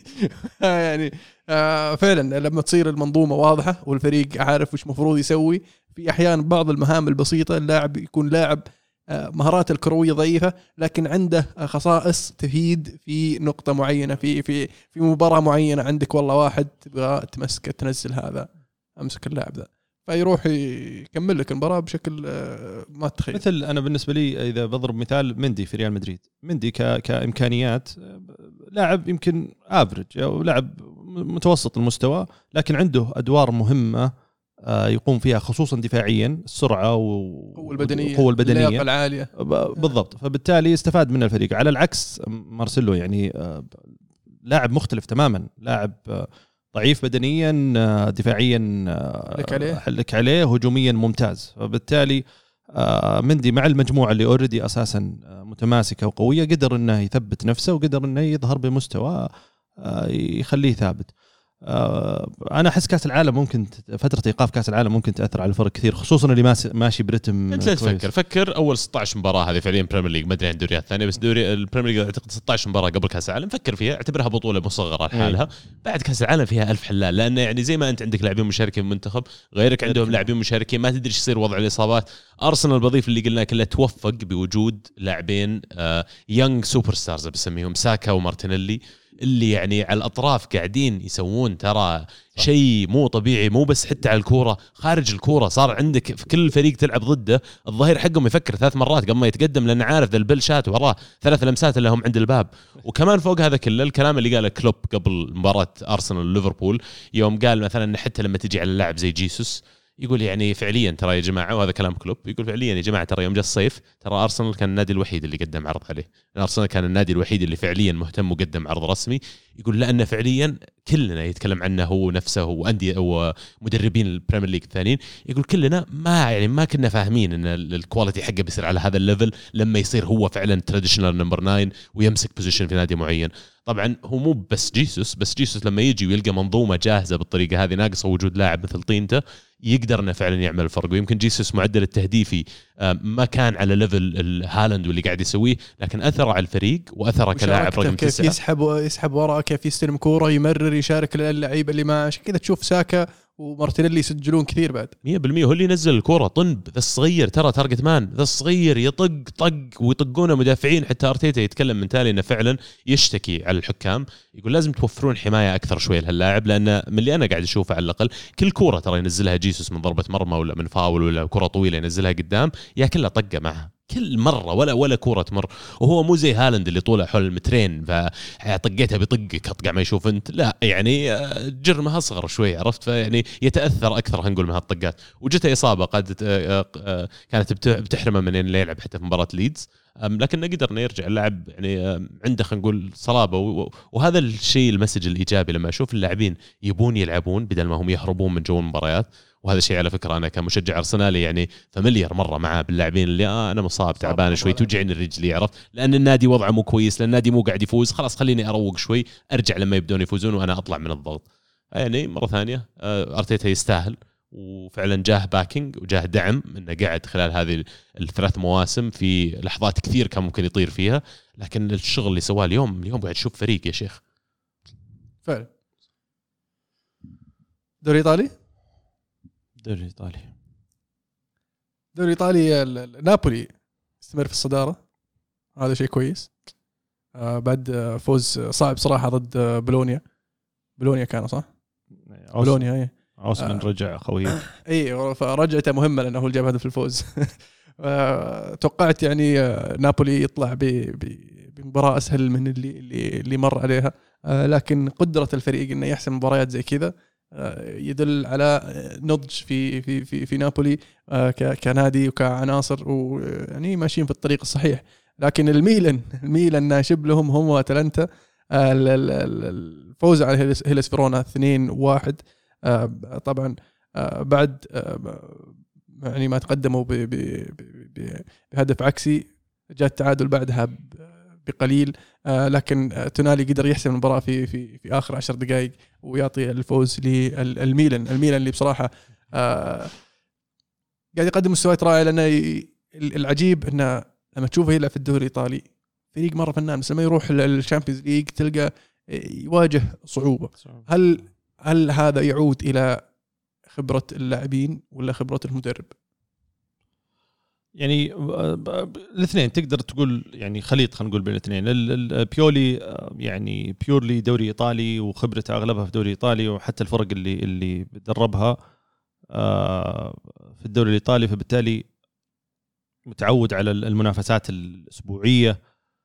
يعني فعلا لما تصير المنظومة واضحة والفريق عارف وش مفروض يسوي في أحيان بعض المهام البسيطة اللاعب يكون لاعب مهارات الكروية ضعيفة لكن عنده خصائص تفيد في نقطة معينة في في في مباراة معينة. عندك والله واحد تبغى تمسك تنزل هذا أمسك اللاعب ذا فيروح يكمل لك المباراة بشكل ما تتخيل. مثل أنا بالنسبة لي إذا بضرب مثال مندي في ريال مدريد. مندي ك كإمكانيات لاعب يمكن أفريج أو لاعب متوسط المستوى لكن عنده أدوار مهمة يقوم فيها خصوصا دفاعيا السرعة والقوة البدنية والقوة البدنية اللياقة العالية بالضبط. فبالتالي استفاد من الفريق على العكس مارسيلو يعني لاعب مختلف تماما لاعب ضعيف بدنيا دفاعيا لك عليه لك عليه هجوميا ممتاز. فبالتالي مندي مع المجموعة اللي أوريدي أساسا متماسكة وقوية قدر أنه يثبت نفسه وقدر أنه يظهر بمستوى يخليه ثابت. انا احس كاس العالم ممكن فتره ايقاف كاس العالم ممكن تاثر على الفرق كثير خصوصا اللي ماشي برتم. انت تفكر فكر اول ستة عشر مباراه هذه فعليا بريمير ليج ما ادري عن الدوريات الثانيه بس دوري البريمير ليج اعتقد ستة عشر مباراه قبل كاس العالم فكر فيها اعتبرها بطوله مصغره لحالها. بعد كاس العالم فيها ألف حلال لان يعني زي ما انت عندك لاعبين مشاركين في المنتخب غيرك عندهم لاعبين مشاركين ما تدري ايش يصير وضع الاصابات. ارسنال بضيف اللي قلنا كله توفق بوجود لاعبين آه يونغ سوبر ستارز بسميهم ساكا ومارتينيلي اللي يعني على الأطراف قاعدين يسوون ترى شيء مو طبيعي. مو بس حتى على الكورة خارج الكورة صار عندك في كل فريق تلعب ضده الظهير حقهم يفكر ثلاث مرات قبل ما يتقدم لأنه عارف ذا البل شات وراه ثلاث لمسات اللي هم عند الباب. وكمان فوق هذا كله الكلام اللي قاله كلوب قبل مباراة أرسنال وليفربول يوم قال مثلا إن حتى لما تجي على اللاعب زي جيسوس يقول يعني فعليا ترى يا جماعه وهذا كلام كلوب يقول فعليا يا جماعه ترى يوم جاء الصيف ترى ارسنال كان النادي الوحيد اللي قدم عرض عليه. ارسنال كان النادي الوحيد اللي فعليا مهتم وقدم عرض رسمي. يقول لانه فعليا كلنا يتكلم عنه هو نفسه وانديه ومدربين البريمير ليج الثانيين يقول كلنا ما يعني ما كنا فاهمين ان الكواليتي حقه بيصير على هذا الليفل لما يصير هو فعلا تراديشنال نمبر تسعة ويمسك بوزيشن في نادي معين. طبعا هو مو بس جيسوس بس جيسوس لما يجي ويلقى منظومه جاهزه بالطريقه هذه ناقصه وجود لاعب مثل طينته يقدر انه فعلا يعمل الفرق. ويمكن جيسوس معدل التهديفي ما كان على ليفل الهالاند واللي قاعد يسويه لكن اثر على الفريق واثر كلاعب رقم كيف تسعة. يسحب يسحب وراه كيف يستلم كوره يمرر يشارك اللعيبه اللي معه. عشان كذا تشوف ساكا ومارتينيلي يسجلون كثير بعد مية بالمية هو اللي ينزل الكرة طنب. ذا الصغير ترى تارجت مان ذا الصغير يطق طق ويطقونه مدافعين. حتى أرتيتا يتكلم من تالي انه فعلا يشتكي على الحكام يقول لازم توفرون حماية أكثر شوي لهاللاعب لأن من اللي أنا قاعد أشوفه على الأقل كل كرة ترى ينزلها جيسوس من ضربة مرمى ولا من فاول ولا كرة طويلة ينزلها قدام يا كلها طقة معها كل مره ولا ولا كوره تمر. وهو مو زي هالاند اللي طوله حول المترين فطقيتها بيطقك اطقع ما يشوف انت، لا يعني جرمها اصغر شوي عرفت، فيعني يتاثر اكثر هنقول من هالطقات. وجته اصابه قد كانت بتحرمه من انه يلعب حتى في مباراه ليدز، لكن قدر انه يرجع اللعب يعني عنده خلينا نقول صلابه. وهذا الشيء المسج الايجابي لما اشوف اللاعبين يبون يلعبون بدل ما هم يهربون من جو المباريات. وهذا الشيء على فكره انا كمشجع ارسنالي يعني فاميليار مره معاه باللاعبين اللي آه انا مصاب تعبان شوي توجعني الرجلي عرفت، لان النادي وضعه مو كويس، لان النادي مو قاعد يفوز، خلاص خليني اروق شوي ارجع لما يبدون يفوزون وانا اطلع من الضغط. يعني مره ثانيه ارتيتا يستاهل، وفعلا جاه باكينج وجاه دعم انه قاعد خلال هذه الثلاث مواسم في لحظات كثير كان ممكن يطير فيها، لكن الشغل اللي سواه اليوم اليوم قاعد تشوف فريق يا شيخ فعلا. دوري ايطالي دوري ايطالي دوري ايطالي نابولي استمر في الصداره، هذا شيء كويس. آه بعد فوز صعب صراحه ضد بولونيا. بولونيا كانوا صح بولونيا اي عوسمن آه رجع خويه اي فرجعته مهمه لانه هو اللي جاب هدف الفوز. آه توقعت يعني آه نابولي يطلع بمباراه اسهل من اللي اللي, اللي مر عليها، آه لكن قدره الفريق انه يحسم مباريات زي كذا يدل على نضج في في في في نابولي كنادي وكعناصر، ويعني ماشيين في الطريق الصحيح. لكن الميلان الميلان ناشب لهم هم واتلانتا. الفوز على هيلاس فيرونا اثنين واحد طبعا بعد يعني ما تقدموا بهدف عكسي، جاء التعادل بعدها بقليل، آه لكن تونالي قدر يحسم المباراة في في في آخر عشر دقائق ويعطي الفوز للميلان. الميلان اللي بصراحة آه قاعد يقدم مستويات رائعة، لأنه العجيب إنه لما تشوفه يلعب في الدوري الإيطالي فريق مرة فنان، بس لما يروح للشامبيونز ليج تلقى يواجه صعوبة. هل هل هذا يعود إلى خبرة اللاعبين ولا خبرة المدرب؟ يعني الاثنين تقدر تقول، يعني خليط خلينا نقول بين الاثنين. البيولي يعني بيورلي دوري ايطالي وخبرته اغلبها في دوري ايطالي، وحتى الفرق اللي اللي دربها في الدوري الايطالي، فبالتالي متعود على المنافسات الاسبوعيه،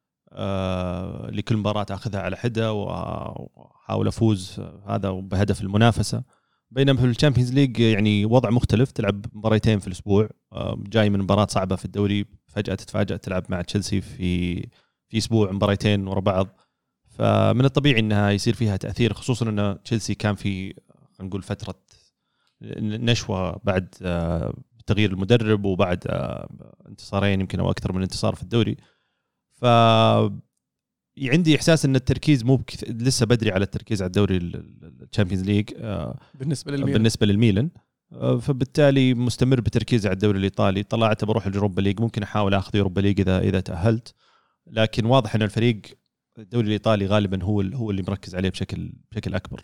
لكل مباراه اخذها على حده واحاول افوز هذا بهدف المنافسه. بينما في الشامبيونز ليج يعني وضع مختلف، تلعب مباريتين في الأسبوع، جاي من مباراة صعبة في الدوري فجأة تتفاجأ تلعب مع تشيلسي في في أسبوع مباريتين ورا بعض، فمن الطبيعي أنها يصير فيها تأثير، خصوصا أن تشيلسي كان في نقول فترة نشوة بعد تغيير المدرب وبعد انتصارين يمكن أو أكثر من انتصار في الدوري. ف عندي إحساس أن التركيز مو بكث... لسه بدري على التركيز على الدوري الشامبيونز ليج بالنسبة للميلان بالنسبة للميلان فبالتالي مستمر بتركيزه على الدوري الإيطالي. طلعت بروح اليوروبا ليج، ممكن أحاول أخذ يوروبا ليج إذا إذا تأهلت، لكن واضح أن الفريق الدوري الإيطالي غالبا هو هو اللي مركز عليه بشكل بشكل أكبر.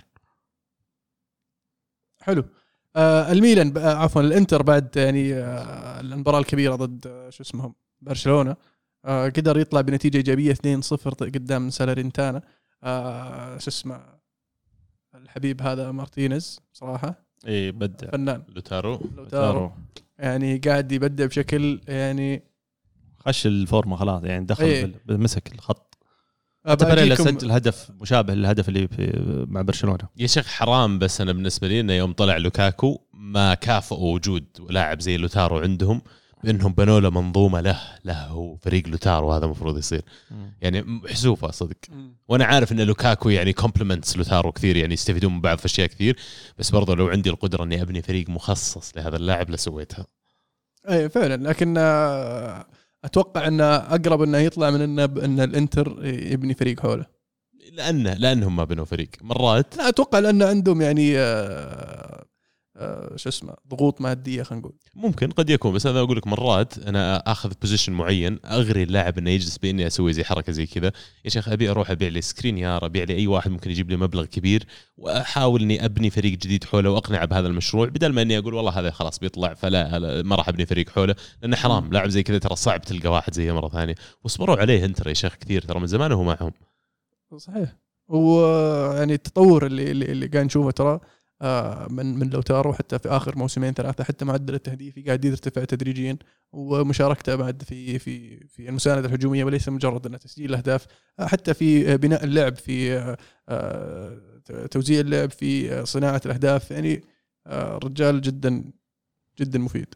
حلو. آه الميلان عفوا الإنتر بعد يعني آه المباراة الكبيرة ضد آه شو اسمهم برشلونة، آه قدر يطلع بنتيجة إيجابية اثنين صفر قدام سالارينتانا. آه شو اسمه الحبيب هذا مارتينيز بصراحة ايه بدع فنان. لوتارو لوتارو يعني قاعد يبدع بشكل يعني خش الفورمة خلاص، يعني دخل إيه. بمسك الخط. باريلا سجل هدف مشابه للهدف اللي مع برشلونة. يا شيخ حرام، بس أنا بالنسبة لي إنه يوم طلع لوكاكو ما كافئوا وجود لاعب زي لوتارو عندهم، بأنهم بنوا له منظومة له له هو فريق لوتارو، هذا مفروض يصير م. يعني حسوفة صدق م. وأنا عارف إن لوكاكو يعني كومبلمنتس لوتارو كثير، يعني يستفيدون من بعض في أشياء كثير، بس برضو لو عندي القدرة إني أبني فريق مخصص لهذا اللاعب لسويتها. أي فعلا، لكن أتوقع أنه أقرب أنه يطلع من أن أن الإنتر يبني فريق حوله، لأنه لأنهم ما بنوا فريق مرات. لا أتوقع لأن عندهم يعني آه آه شو اسمه ضغوط ماديه خلينا نقول. ممكن قد يكون، بس انا اقول لك مرات انا اخذ بوزيشن معين اغري اللاعب انه يجلس باني اسوي زي حركه زي كذا. يا شيخ ابي اروح ابيع لي سكرينيار، ابيع لي اي واحد ممكن يجيب لي مبلغ كبير، واحاول اني ابني فريق جديد حوله واقنع بهذا المشروع، بدل ما اني اقول والله هذا خلاص بيطلع فلا ما راح ابني فريق حوله، لانه حرام. لاعب زي كذا ترى صعب تلقى واحد زيه مره ثانيه، واصبروا عليه انتر يا شيخ كثير، ترى من زمان هو معهم. صحيح. ويعني التطور اللي اللي, اللي قاعد نشوفه ترى من من لوتارو، حتى في اخر موسمين ثلاثه حتى معدل التهديفي قاعد يرتفع تدريجيا، ومشاركته بعد في في في المسانده الهجوميه وليس مجرد انه تسجيل الاهداف، حتى في بناء اللعب، في توزيع اللعب، في صناعه الاهداف. يعني الرجال جدا جدا مفيد.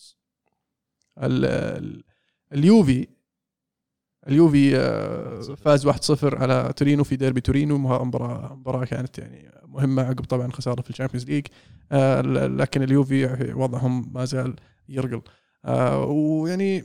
اليوفي اليوفي فاز واحد صفر على تورينو في ديربي تورينو. مباراة مباراة كانت يعني مهمة عقب طبعا خسارة في الشامبيونز ليج، لكن اليوفي وضعهم ما زال يرقل. ويعني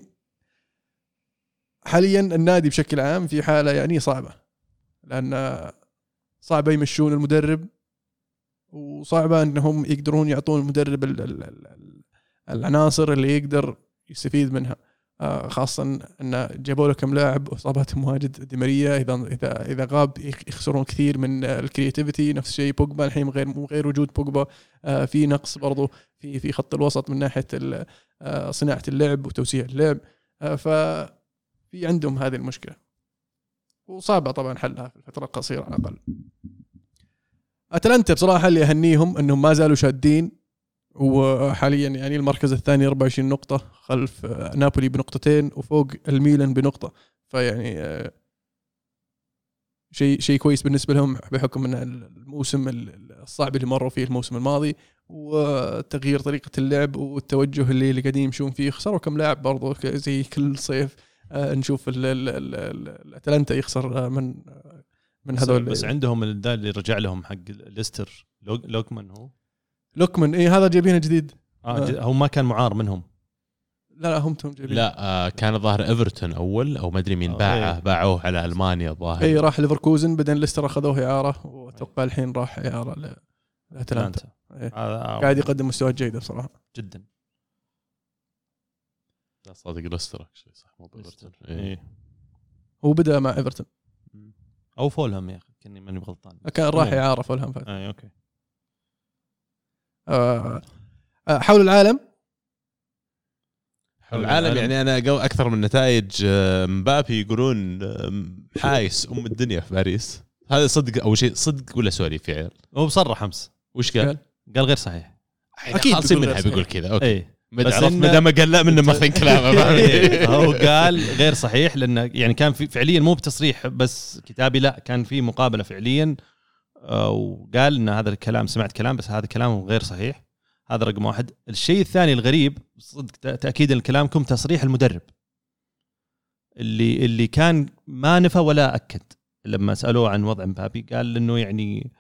حاليا النادي بشكل عام في حالة يعني صعبة، لأن صعبة يمشون المدرب، وصعبة أنهم يقدرون يعطون المدرب العناصر اللي يقدر يستفيد منها، خاصة أن جابوا له كم لاعب إصاباتهم واجد. دي ماريا إذا إذا إذا غاب يخسرون كثير من الكرياتيفيتي. نفس الشيء بوجبا الحين غير غير وجود بوجبا في نقص برضو في في خط الوسط من ناحية صناعة اللعب وتوسيع اللعب، ففي عندهم هذه المشكلة وصعبة طبعا حلها في الفترة القصيرة على الأقل. أتلانتا بصراحة اللي أهنيهم أنهم ما زالوا شادين، وحاليا يعني المركز الثاني أربعة وعشرين نقطة خلف نابولي بنقطتين وفوق الميلان بنقطة، فيعني شيء شيء كويس بالنسبة لهم بحكم أن الموسم الصعب اللي مروا فيه الموسم الماضي، وتغيير طريقة اللعب والتوجه اللي اللي قاعدين يمشون فيه. خسروا كم لاعب برضو زي كل صيف نشوف الأتلانتا يخسر من من هذول، بس عندهم اللي رجع لهم حق ليستر لوكمان هو لوكمان ايه هذا جايبينه جديد. آه آه. هو ما كان معار منهم. لا لا هم توم جايبين. لا آه كان ظاهر ايفرتون اول او ما ادري مين باعه ايه. باعوه على المانيا الظاهر. اي راح ليفركوزن بعدين ليستر اخذوه اعاره، واتوقع الحين راح اعاره لاتلانتا. إيه. آه قاعد يقدم مستوى جيد بصراحه جدا. لا صادق ليستر شيء صح مو ايفرتون. ايه هو بدا مع ايفرتون او فولهام يا اخي كني ماني غلطان، كان راح اعاره فولهام فات. اي اوكي. حول العالم حول العالم يعني أنا جو أكثر من نتائج مبابي يقولون حايس أم الدنيا في باريس. هذا صدق أو شيء صدق ولا سؤالي في عيال؟ هو بصرح أمس. وش قال؟ قال غير صحيح. أكيد خاصين منها بيقول كذا. أوكي. ايه. بس عرفت مدام قال لا منه ماخذين كلامه. هو قال غير صحيح لأنه يعني كان في فعليا مو بتصريح بس كتابي، لا كان في مقابلة فعليا، وقال ان هذا الكلام سمعت كلام بس هذا كلامه غير صحيح. هذا رقم واحد. الشيء الثاني الغريب صدق تأكيد الكلامكم تصريح المدرب اللي اللي كان ما نفى ولا أكد لما سألوه عن وضع مبابي. قال انه يعني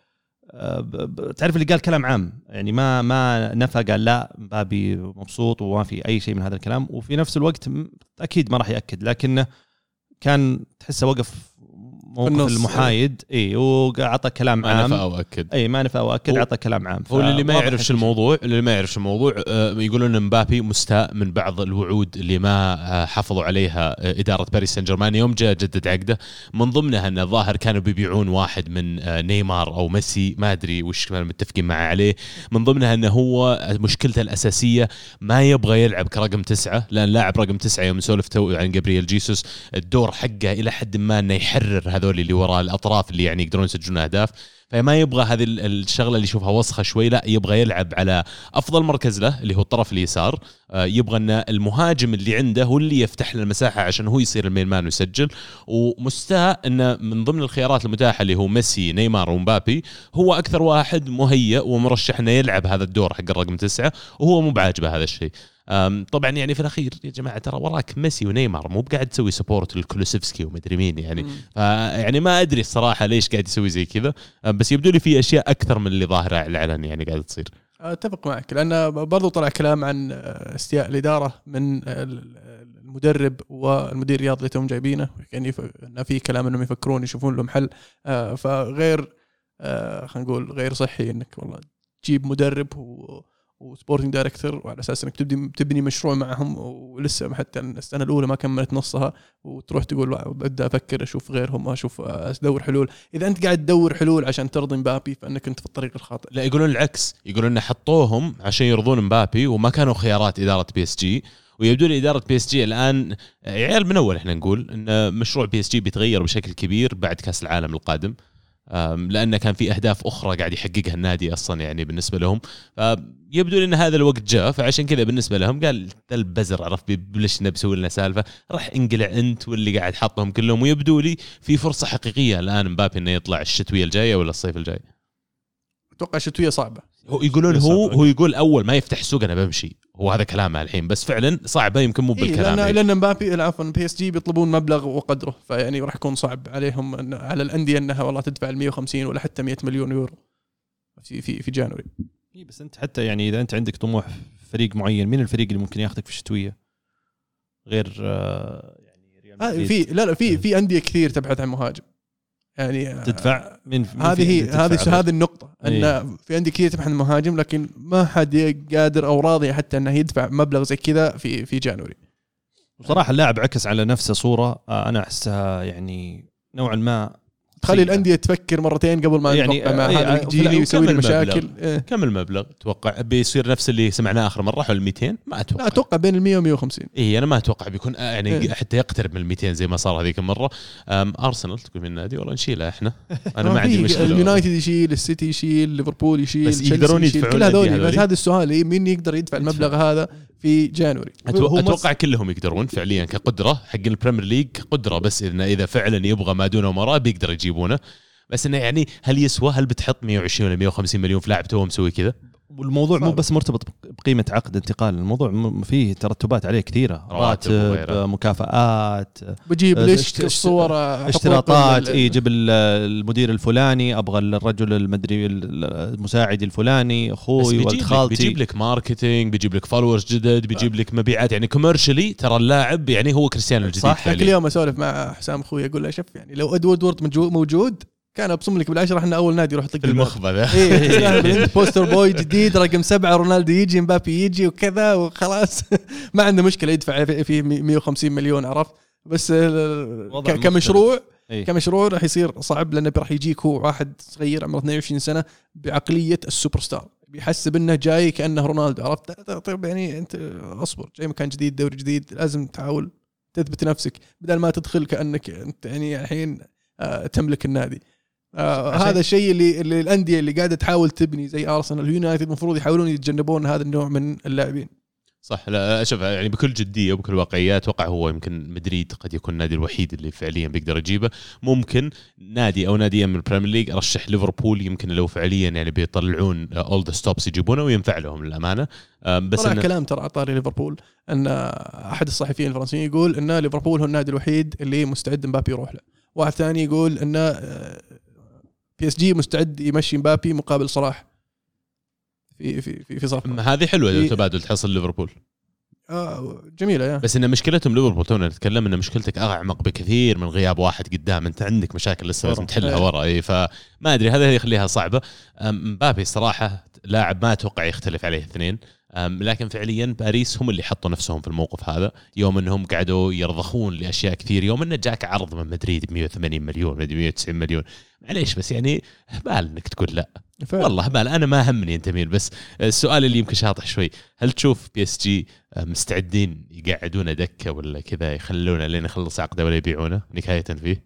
تعرف اللي قال كلام عام، يعني ما ما نفى قال لا مبابي مبسوط وما في اي شيء من هذا الكلام، وفي نفس الوقت اكيد ما راح يأكد، لكنه كان تحسه وقف موقف المحايد. اي وعطى كلام عام، ما نفى او اكد. اي ما نفى او اكد، عطى كلام عام. هو اللي ما يعرفش الموضوع اللي ما يعرفش الموضوع آه يقولون ان مبابي مستاء من بعض الوعود اللي ما آه حافظوا عليها آه اداره باريس سان جيرمان يوم جاء جدد عقده. من ضمنها ان الظاهر كانوا بيبيعون واحد من آه نيمار او ميسي، ما ادري وش كانوا متفقين معه عليه. من ضمنها انه هو مشكلته الاساسيه ما يبغى يلعب كرقم تسعة، لان لاعب رقم تسعة يوم سولفته عن جابرييل جيسوس الدور حقه الى حد ما انه يحرر هذول اللي وراء الاطراف اللي يعني يقدرون يسجلون اهداف، فما يبغى هذه الشغله اللي يشوفها وسخه شوي، لا يبغى يلعب على افضل مركز له اللي هو الطرف اليسار. يبغى ان المهاجم اللي عنده هو اللي يفتح له المساحه عشان هو يصير المين مان ويسجل. ومستاء ان من ضمن الخيارات المتاحه اللي هو ميسي نيمار ومبابي هو اكثر واحد مهيئ ومرشح انه يلعب هذا الدور حق الرقم تسعة، وهو مو بعاجبه هذا الشيء. طبعا يعني في الاخير يا جماعه ترى وراك ميسي ونيمار، مو بقاعد تسوي سبورت لكولوسيفسكي ومدري مين يعني. فيعني ما ادري الصراحه ليش قاعد يسوي زي كذا، بس يبدو لي في اشياء اكثر من اللي ظاهره على العلن يعني قاعده تصير. اتفق معك، لان برضو طلع كلام عن استياء الاداره من المدرب والمدير الرياضي اللي توم جايبينه، يعني ان في كلام انهم يفكرون يشوفون لهم حل. فغير خلينا نقول غير صحي انك والله تجيب مدرب و وسبورتنج دايركتور وعلى اساس انك تبدي تبني مشروع معهم ولسه حتى السنه الاولى ما كملت نصها، وتروح تقول بدي افكر اشوف غيرهم اشوف ادور حلول. اذا انت قاعد تدور حلول عشان ترضي مبابي فانك انت في الطريق الخاطئ. لا يقولون العكس، يقولون ان حطوهم عشان يرضون مبابي وما كانوا خيارات اداره بي اس جي. ويبدو لي اداره بي اس جي الان عيال من اول احنا نقول ان مشروع بي اس جي بيتغير بشكل كبير بعد كاس العالم القادم. لأنه كان في أهداف أخرى قاعد يحققها النادي أصلا يعني بالنسبة لهم. فيبدو لي أن هذا الوقت جاء، فعشان كذا بالنسبة لهم قال البزر عرف بلش نبسوي لنا سالفة، راح انقلع أنت واللي قاعد حاطهم كلهم. ويبدو لي في فرصة حقيقية الآن مبابي إنه يطلع الشتوية الجاية ولا الصيف الجاي. أتوقع الشتوية صعبة. هو يقولون هو هو يقول أول ما يفتح السوق أنا بمشي، هو هذا كلامه الحين، بس فعلا صعبة يمكن مو بالكلام. إيه لأن مبابي عفوا بي اس جي بيطلبون مبلغ وقدره، فيعني راح يكون صعب عليهم إن على الأندية أنها والله تدفع المية وخمسين ولا حتى مئة مليون يورو في في في جانوري. إيه بس أنت حتى يعني إذا أنت عندك طموح فريق معين، مين الفريق اللي ممكن ياخذك في الشتوية غير آه يعني ريال مدريد؟ في لا لا في في أندية كثير تبحث عن مهاجم يعني تدفع من هذه هي هذه هذه النقطة أن إيه؟ في عندي كثير تبحث عن مهاجم لكن ما حد قادر أو راضي حتى أنه يدفع مبلغ زي كذا في في جانوري. بصراحة اللاعب عكس على نفسه صورة أنا أحسها يعني نوعا ما تخلي الأندية تفكر مرتين قبل ما يعني نتوقع مع هذا الجيل ويسوي له مشاكل. إيه؟ كم المبلغ توقع بيصير نفس اللي سمعناه آخر مرة حول مئتين؟ ما أتوقع. لا أتوقع بين المية ومية وخمسين. إيه أنا ما أتوقع بيكون يعني إيه؟ حتى يقترب من المئتين زي ما صار هذيك المرة. أرسنال تقول من النادي والله نشيله إحنا. أنا ما عندي مشكلة. اليونايتد يشيل، السيتي يشيل، ليفربول يشيل، بس يقدرون يدفعون كل هذول. بس هذا السؤال مين يقدر يدفع المبلغ هذا في جانوري؟ أتوقع كلهم يقدرون فعليا كقدرة حق البريمير ليج قدرة، بس إذا إذا فعلا يبغى ما دونه وراء بيقدر يجيبونه. بس إنه يعني هل يسوى؟ هل بتحط مية وعشرين ولا مية وخمسين مليون في لاعب توه مسوي كذا؟ والموضوع مو بس مرتبط بقيمة عقد انتقال، الموضوع فيه ترتبات عليه كثيرة، راتب، مكافآت، بجيب ليش الصور، اشتراطات، يجيب المدير الفلاني، أبغى الرجل المدري المساعد الفلاني، أخوي ولد خالتي. بيجيب لك ماركتينج، بيجيب لك فولورز جدد، بيجيب لك مبيعات، يعني كوميرشلي ترى اللاعب يعني هو كريستيانو الجديد. صح. كل يوم أسولف مع حسام أخوي أقول له شوف يعني لو إدوارد وورد موجود كان ابصم لك بالعشرة احنا اول نادي يروح يطق المخبه. ايه بوستر بوي جديد رقم سبعة رونالدو يجي مبابي يجي وكذا وخلاص. ما عنده مشكله يدفع فيه مية وخمسين مليون عرفت. بس كمشروع إيه؟ كمشروع راح يصير صعب لانه راح يجيك هو واحد صغير عمره اثنين وعشرين سنه بعقليه السوبر ستار، بيحسب انه جاي كانه رونالدو عرفت. طيب يعني انت اصبر، جاي مكان جديد دوري جديد لازم تحاول تثبت نفسك بدل ما تدخل كانك انت يعني الحين تملك النادي. آه هذا الشيء اللي, اللي الأندية اللي قاعدة تحاول تبني زي أرسنال اليونايتد المفروض يحاولون يتجنبون هذا النوع من اللاعبين. صح. لا أشوف يعني بكل جدية وبكل واقعية أتوقع هو يمكن مدريد قد يكون النادي الوحيد اللي فعليا بيقدر يجيبه. ممكن نادي أو ناديين من البريمير ليج أرشح ليفربول، يمكن لو فعليا يعني بيطلعون أول ذا ستوبس يجيبونه وينفع لهم للأمانة. بس طلع كلام ترى عطاري ليفربول أن أحد الصحفيين الفرنسيين يقول أن ليفربول هو النادي الوحيد اللي مستعد مبابي يروح له. واحد ثاني يقول أن بي اس جي مستعد يمشي مبابي مقابل صلاح في في في في صفقه. هذه حلوه لو تبادل تحصل ليفربول. اه جميله يعني. بس ان مشكلتهم ليفربول تونا نتكلم ان مشكلتك اعمق بكثير من غياب واحد قدام، انت عندك مشاكل لسه لازم تحلها ورا. اي فما ادري هذا يخليها صعبه. مبابي صراحه لاعب ما اتوقع يختلف عليه اثنين، لكن فعليا باريس هم اللي حطوا نفسهم في الموقف هذا يوم انهم قعدوا يرضخون لاشياء كثير. يوم انه جاك عرض من مدريد ب مية وثمانين مليون مية وتسعين مليون، معليش بس يعني هبال انك تقول لا فعلا. والله هبال، انا ما همني انت مين. بس السؤال اللي يمكن شاطح شوي، هل تشوف بي اس جي مستعدين يقعدون دكه ولا كذا يخلونه لين يخلص عقده ولا يبيعونه نهايه فيه؟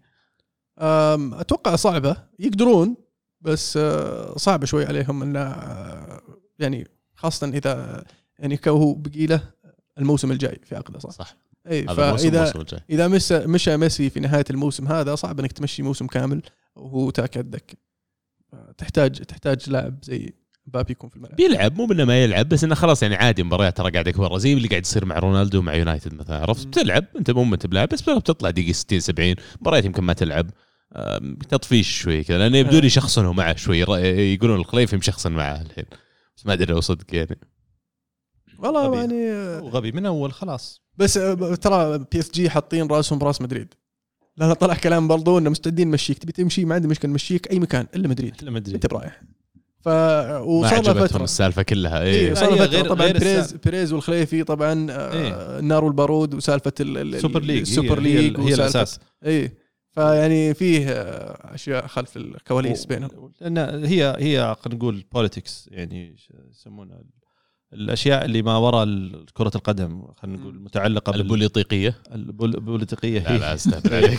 اتوقع صعبه، يقدرون بس صعبه شوي عليهم انه يعني خاصة إذا يعني كهو بقيله الموسم الجاي في عقده. صح صح. أي فإذا إذا مش مشى ميسي في نهاية الموسم هذا صعب إنك تمشي موسم كامل وهو تاكد دك. تحتاج تحتاج لاعب زي مبابي يكون في الملعب بيلعب، مو بأنه ما يلعب بس إنه خلاص يعني عادي مباريات ترى قاعد يكبر زي اللي قاعد يصير مع رونالدو ومع يونايتد مثلا، عرفت بتلعب أنت مو أنت بلعب بس بتطلع دقيقة ستين سبعين مباريات يمكن ما تلعب تطفيش شوي كذا لأنه يبدون يشخصنوا معه شوي، يقولون الخليفي مشخصن معه الحين بس ما أدري لو صدق يعني والله غبي. يعني غبي من أول خلاص. بس ترى بي اس جي حاطين راسهم براس مدريد، لأن طلع كلام برضو إنه مستعدين نمشيك، تبي تمشي ما عندي مشكلة نمشيك أي مكان إلا مدريد. إلا مدريد أنت برايح. ف وصار فترة السالفة كلها إيه صار فترة طبعا بيريز بيريز والخليفي طبعا إيه؟ النار والبارود وسالفة السوبر ليج السوبر ليج هي, هي الأساس. إيه فيعني فيه أشياء خلف الكواليس بينهم. لأن هي هي خلينا نقول بوليتكس يعني يسمونها الاشياء اللي ما وراء كره القدم خلينا نقول متعلقه بالبوليطيقيه البوليطيقيه لا لا استهبل عليك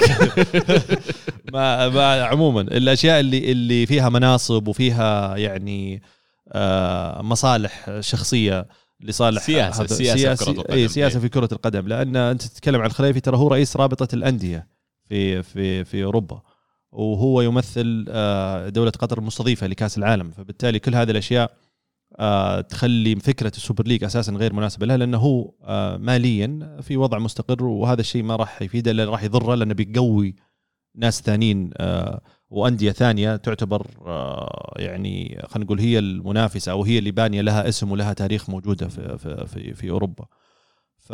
ما, ما عموما الاشياء اللي اللي فيها مناصب وفيها يعني آه مصالح شخصيه لصالح سياسه سياسه في كرة القدم. أي سياسه في كره القدم، لان انت تتكلم عن الخليفي ترى هو رئيس رابطه الانديه في في في اوروبا، وهو يمثل دولة قطر المستضيفة لكأس العالم، فبالتالي كل هذه الأشياء تخلي فكرة السوبر ليج أساسا غير مناسبة لها، لأنه هو ماليا في وضع مستقر، وهذا الشيء ما راح يفيده إلا راح يضره، لأنه بيقوي ناس ثانيين وأندية ثانية تعتبر يعني خلينا نقول هي المنافسة أو هي اللي بانية لها اسم ولها تاريخ موجودة في في في, في أوروبا. ف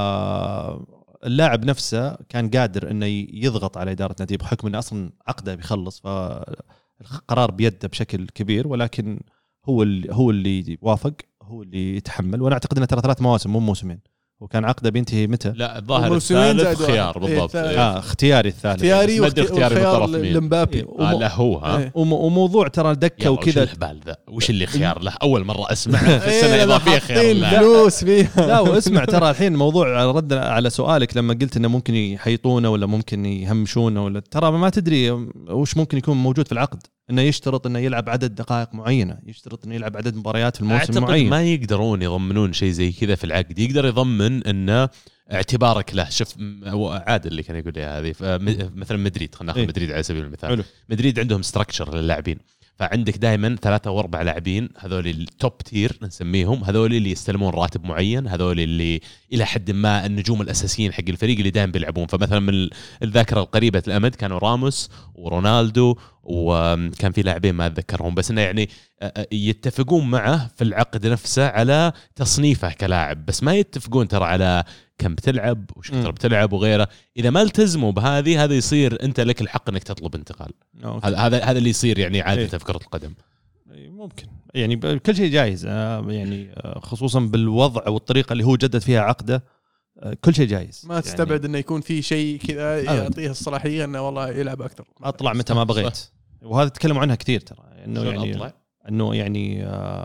اللاعب نفسه كان قادر انه يضغط على اداره نادي بحكم انه اصلا عقده بيخلص، فالقرار بيده بشكل كبير، ولكن هو اللي هو اللي وافق، هو اللي يتحمل. وانا اعتقد انه ترى ثلاث مواسم مو موسمين، وكان عقده بينتهي متى؟ لا الظاهر الثالث خيار بالضبط. إيه اه اختياري الثالث اختياري واختياري بالطرف مين لمبابي إيه. آه لا هو ها إيه. وموضوع ترى دكه وكذا. وش الهبال ذا؟ وش اللي خيار له؟ اول مره اسمع في السنه الاضافيه خيار له فلوس فيها. لا واسمع ترى الحين موضوع رد على سؤالك لما قلت انه ممكن يحيطونه ولا ممكن يهمشونه، ولا ترى ما تدري وش ممكن يكون موجود في العقد، انه يشترط انه يلعب عدد دقائق معينه، يشترط انه يلعب عدد مباريات في الموسم معين. ما يقدرون يضمنون شيء زي كذا في العقد. يقدر يضمن انه اعتبارك له. شوف عادل اللي كان يقول لي هذه مثلا مدريد، خلينا ناخذ إيه؟ مدريد على سبيل المثال حلو. مدريد عندهم ستراكشر للاعبين، فعندك دائما ثلاثة واربع لاعبين هذول التوب تير نسميهم، هذول اللي يستلمون راتب معين، هذول اللي الى حد ما النجوم الاساسيين حق الفريق اللي دائما بيلعبون. فمثلا من الذاكره القريبه الامد كانوا راموس ورونالدو، وكان في لاعبين ما اتذكرهم، بس انه يعني يتفقون معه في العقد نفسه على تصنيفه كلاعب، بس ما يتفقون ترى على كم بتلعب وش كثر بتلعب وغيره. اذا ما التزموا بهذه هذا يصير انت لك الحق انك تطلب انتقال. هذا هذا هذا اللي يصير يعني عاده إيه؟ في كرة القدم ممكن يعني كل شيء جايز يعني، خصوصا بالوضع والطريقه اللي هو جدد فيها عقده، كل شيء جايز. ما تستبعد يعني انه يكون في شيء كذا يعطيه الصلاحيه انه والله يلعب اكثر، اطلع متى ما بغيت. وهذا تكلموا عنها كثير ترى، انه يعني أطلع. انه يعني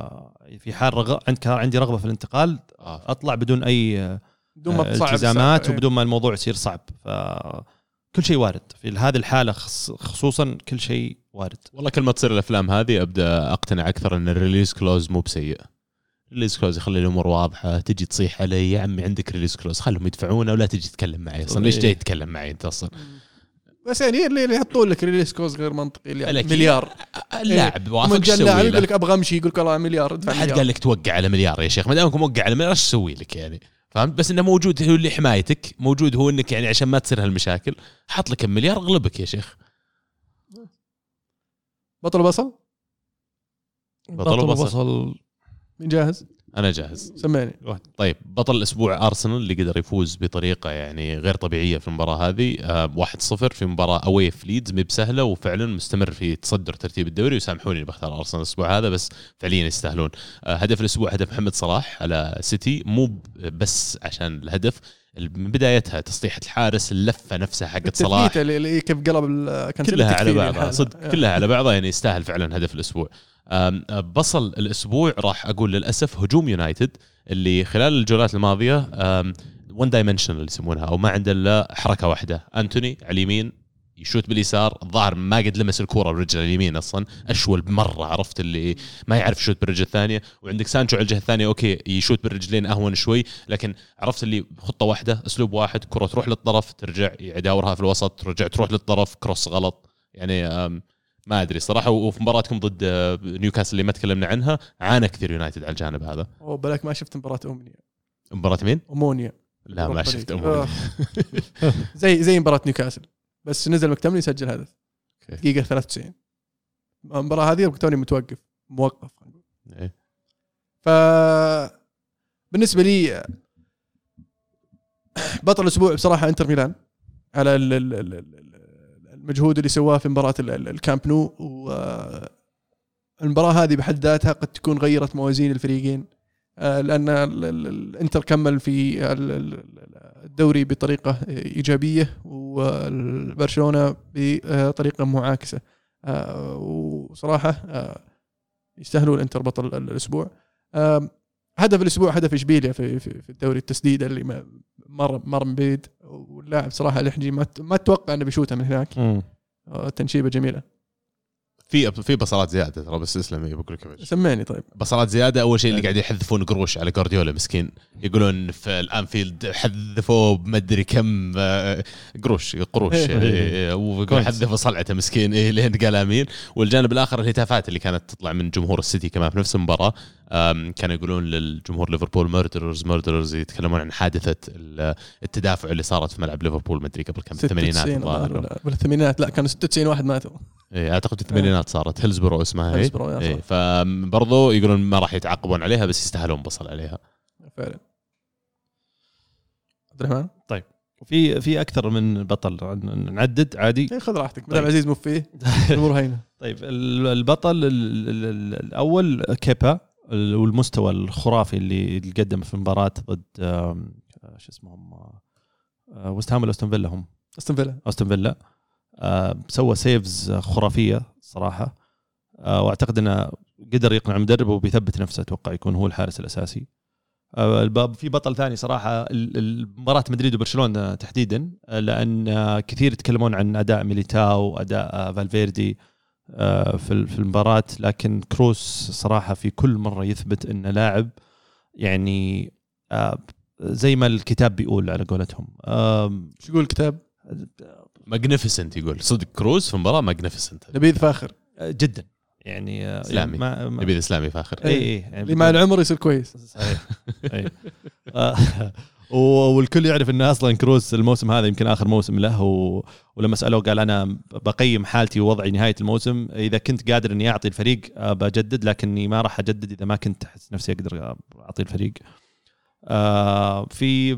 في حال رغ... عندك عندي رغبه في الانتقال اطلع بدون اي بدون ما التزامات وبدون ما الموضوع يصير صعب. فكل شيء وارد في هذه الحاله، خصوصا كل شيء وارد. والله كل ما تصير الافلام هذه ابدا اقتنع اكثر ان الريليز كلوز مو بسيء. ريليز كلوز يخلي الامور واضحه، تجي تصيح علي يا عمي عندك ريليز كلوز خلهم يدفعونه ولا تجي تتكلم معي اصلا. ليش جاي تتكلم معي انت اصلا؟ بس يعني اللي يحطون لك ريليز كوز غير منطقي اللي مليار اللاعب إيه؟ واثق ايش تسوي؟ يقول لك ابغى امشي، يقول لك والله مليار ادفع. ما حد قال لك توقع على مليار يا شيخ، ما دامك موقع على مليار ايش تسوي لك يعني؟ فهمت؟ بس انه موجود هو اللي حمايتك، موجود هو انك يعني عشان ما تصير هالمشاكل حط لك مليار اغلبك يا شيخ. بطل بصل بطل بصل مين جاهز؟ انا جاهز سمعني. طيب بطل الاسبوع ارسنال اللي قدر يفوز بطريقه يعني غير طبيعيه في المباراه هذه واحد صفر في مباراه اوي في ليدز، مي بسهله، وفعلا مستمر في تصدر ترتيب الدوري. وسامحوني بختار ارسنال الاسبوع هذا بس فعليا يستاهلون. هدف الاسبوع هدف محمد صلاح على سيتي، مو بس عشان الهدف، من بدايتها تصليحة الحارس، اللفة نفسها حقت صلاح اللي كيف قلب كان كلها على بعضها صدق يعني. كلها على بعضها يعني يستاهل فعلا هدف الأسبوع. بصل الأسبوع راح أقول للأسف هجوم يونايتد اللي خلال الجولات الماضية وان دايمنشن اللي يسمونها، أو ما عنده إلا حركة واحدة. أنتوني على اليمين يشوت باليسار، الظاهر ما قد لمس الكرة برجله اليمين أصلا، أشول بمرة، عرفت اللي ما يعرف يشوت بالرجل الثانية. وعندك سانشو على الجهة الثانية أوكي يشوت بالرجلين أهون شوي، لكن عرفت اللي خطة واحدة أسلوب واحد، كرة تروح للطرف ترجع يداورها في الوسط، ترجع تروح للطرف كروس غلط يعني. ما أدري صراحة. وفي مباراتكم ضد نيوكاسل اللي ما تكلمنا عنها عانى كثير يونايتد على الجانب هذا. أو بلاك ما شفت مباراة أومونيا. مباراة مين؟ أومونيا. لا ما شفت أومونيا. زي زي مباراة نيوكاسل بس نزل مكتمل يسجل هدف دقيقة ثلاثة وتسعين. المباراة هذه مكتمل متوقف موقف. إيه. ف بالنسبة لي بطل الأسبوع بصراحة إنتر ميلان على المجهود اللي سواه في مباراة الكامب نو. والمباراة هذه بحد ذاتها قد تكون غيرت موازين الفريقين، لأن الإنتر كمل في الدوري بطريقة إيجابية والبرشلونة بطريقة معاكسة. وصراحة يستاهلوا الإنتر بطل الأسبوع. هدف الاسبوع هدف اشبيليا في في, في الدوري التسديده اللي مر مر من بعيد، واللاعب صراحه الحجي ما ما اتوقع انه بيشوتها من هناك. م. تنشيبه جميله. في في بصلات زياده ترى، بس اسلم بقول لك ايش سمعني. طيب بصلات زياده، اول شيء اللي قاعد يحذفون قروش على جوارديولا مسكين، يقولون في الانفيلد حذفوا بمدري كم قروش قروش وحذفوا صلعته مسكين إيه لين قال امين. والجانب الاخر الهتافات اللي كانت تطلع من جمهور السيتي كمان في نفس المباراه، كانوا يقولون للجمهور ليفربول ميردرز ميردرز، يتكلمون عن حادثه التدافع اللي صارت في ملعب ليفربول مدري قبل كم الثمانينات الظاهر ولا الثمانينات، لا كانوا ستة وتسعين واحد ماتوا. ايه اعتقد الثمانينات صارت هيلزبرو اسمها هي. إيه فبرضو يقولون ما راح يتعاقبون عليها، بس يستاهلون بصل عليها فعلا. عبد الرحمن طيب في في اكثر من بطل نعدد عادي. إيه خذ راحتك مدام طيب. عزيز مو فيه الامور هينه. طيب البطل الاول كيبا، والمستوى الخرافي اللي قدم في مباراه ضد شو اسمهم وست هام ولا استون فيلا، هم استون فيلا استون فيلا آه، سوى سيفز خرافية صراحة. آه، واعتقد انه قدر يقنع المدرب وبيثبت نفسه، اتوقع يكون هو الحارس الاساسي. آه، الباب في بطل ثاني صراحة المباراة مدريد وبرشلونة تحديدا، لان آه، كثير يتكلمون عن اداء ميليتاو واداء آه، فالفيردي آه، في في المباراة، لكن كروس صراحة في كل مرة يثبت انه لاعب يعني آه، زي ما الكتاب بيقول على قولتهم. آه، شو يقول الكتاب؟ ماجنيفيسنت، يقول صدق كروز في مباراة ماجنيفيسنت، نبيذ فاخر جدا يعني اسلامي ما ما نبيذ اسلامي فاخر. اي اي يعني اللي مع العمر يصير كويس. صحيح. اي والكل يعرف انه اصلا كروز الموسم هذا يمكن اخر موسم له، و... ولما سالوه قال انا بقيم حالتي ووضعي نهايه الموسم، اذا كنت قادر اني اعطي الفريق بجدد، لكني ما راح اجدد اذا ما كنت احس نفسي اقدر اعطي الفريق. آه في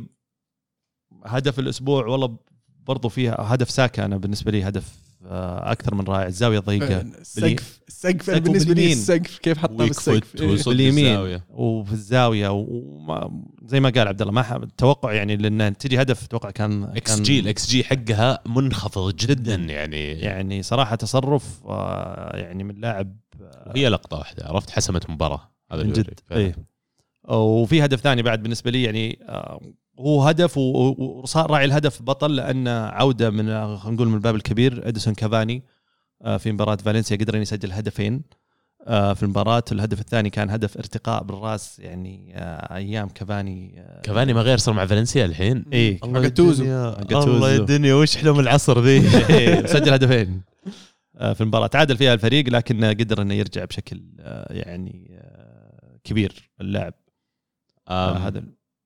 هدف الاسبوع والله برضو فيها هدف ساكا، أنا بالنسبة لي هدف أكثر من رائع. الزاوية الضيقة، السقف السقف بالنسبة لي السقف كيف حطها بالسقف باليمين وفي الزاوية، وزي ما قال عبد الله ما التوقع يعني لأن تجي هدف توقع كان اكس جي الاكس جي حقها منخفض جدا يعني يعني صراحة تصرف يعني من لاعب. هي لقطة واحدة عرفت حسمت مباراة هذا جد. إيه. وفي هدف ثاني بعد بالنسبة لي يعني هو هدف وصار راعي الهدف بطل، لأن عودة من خلينا نقول من الباب الكبير إديسون كافاني في مباراة فالنسيا قدر يسجل هدفين في المباراة. الهدف الثاني كان هدف ارتقاء بالراس يعني أيام كافاني. كافاني ما غير صار مع فالنسيا الحين. إيه الله الدنيا الله الدنيا وش حلم العصر ذي. سجل هدفين في المباراة، تعادل فيها الفريق لكن قدر إنه يرجع بشكل يعني كبير اللاعب هذا.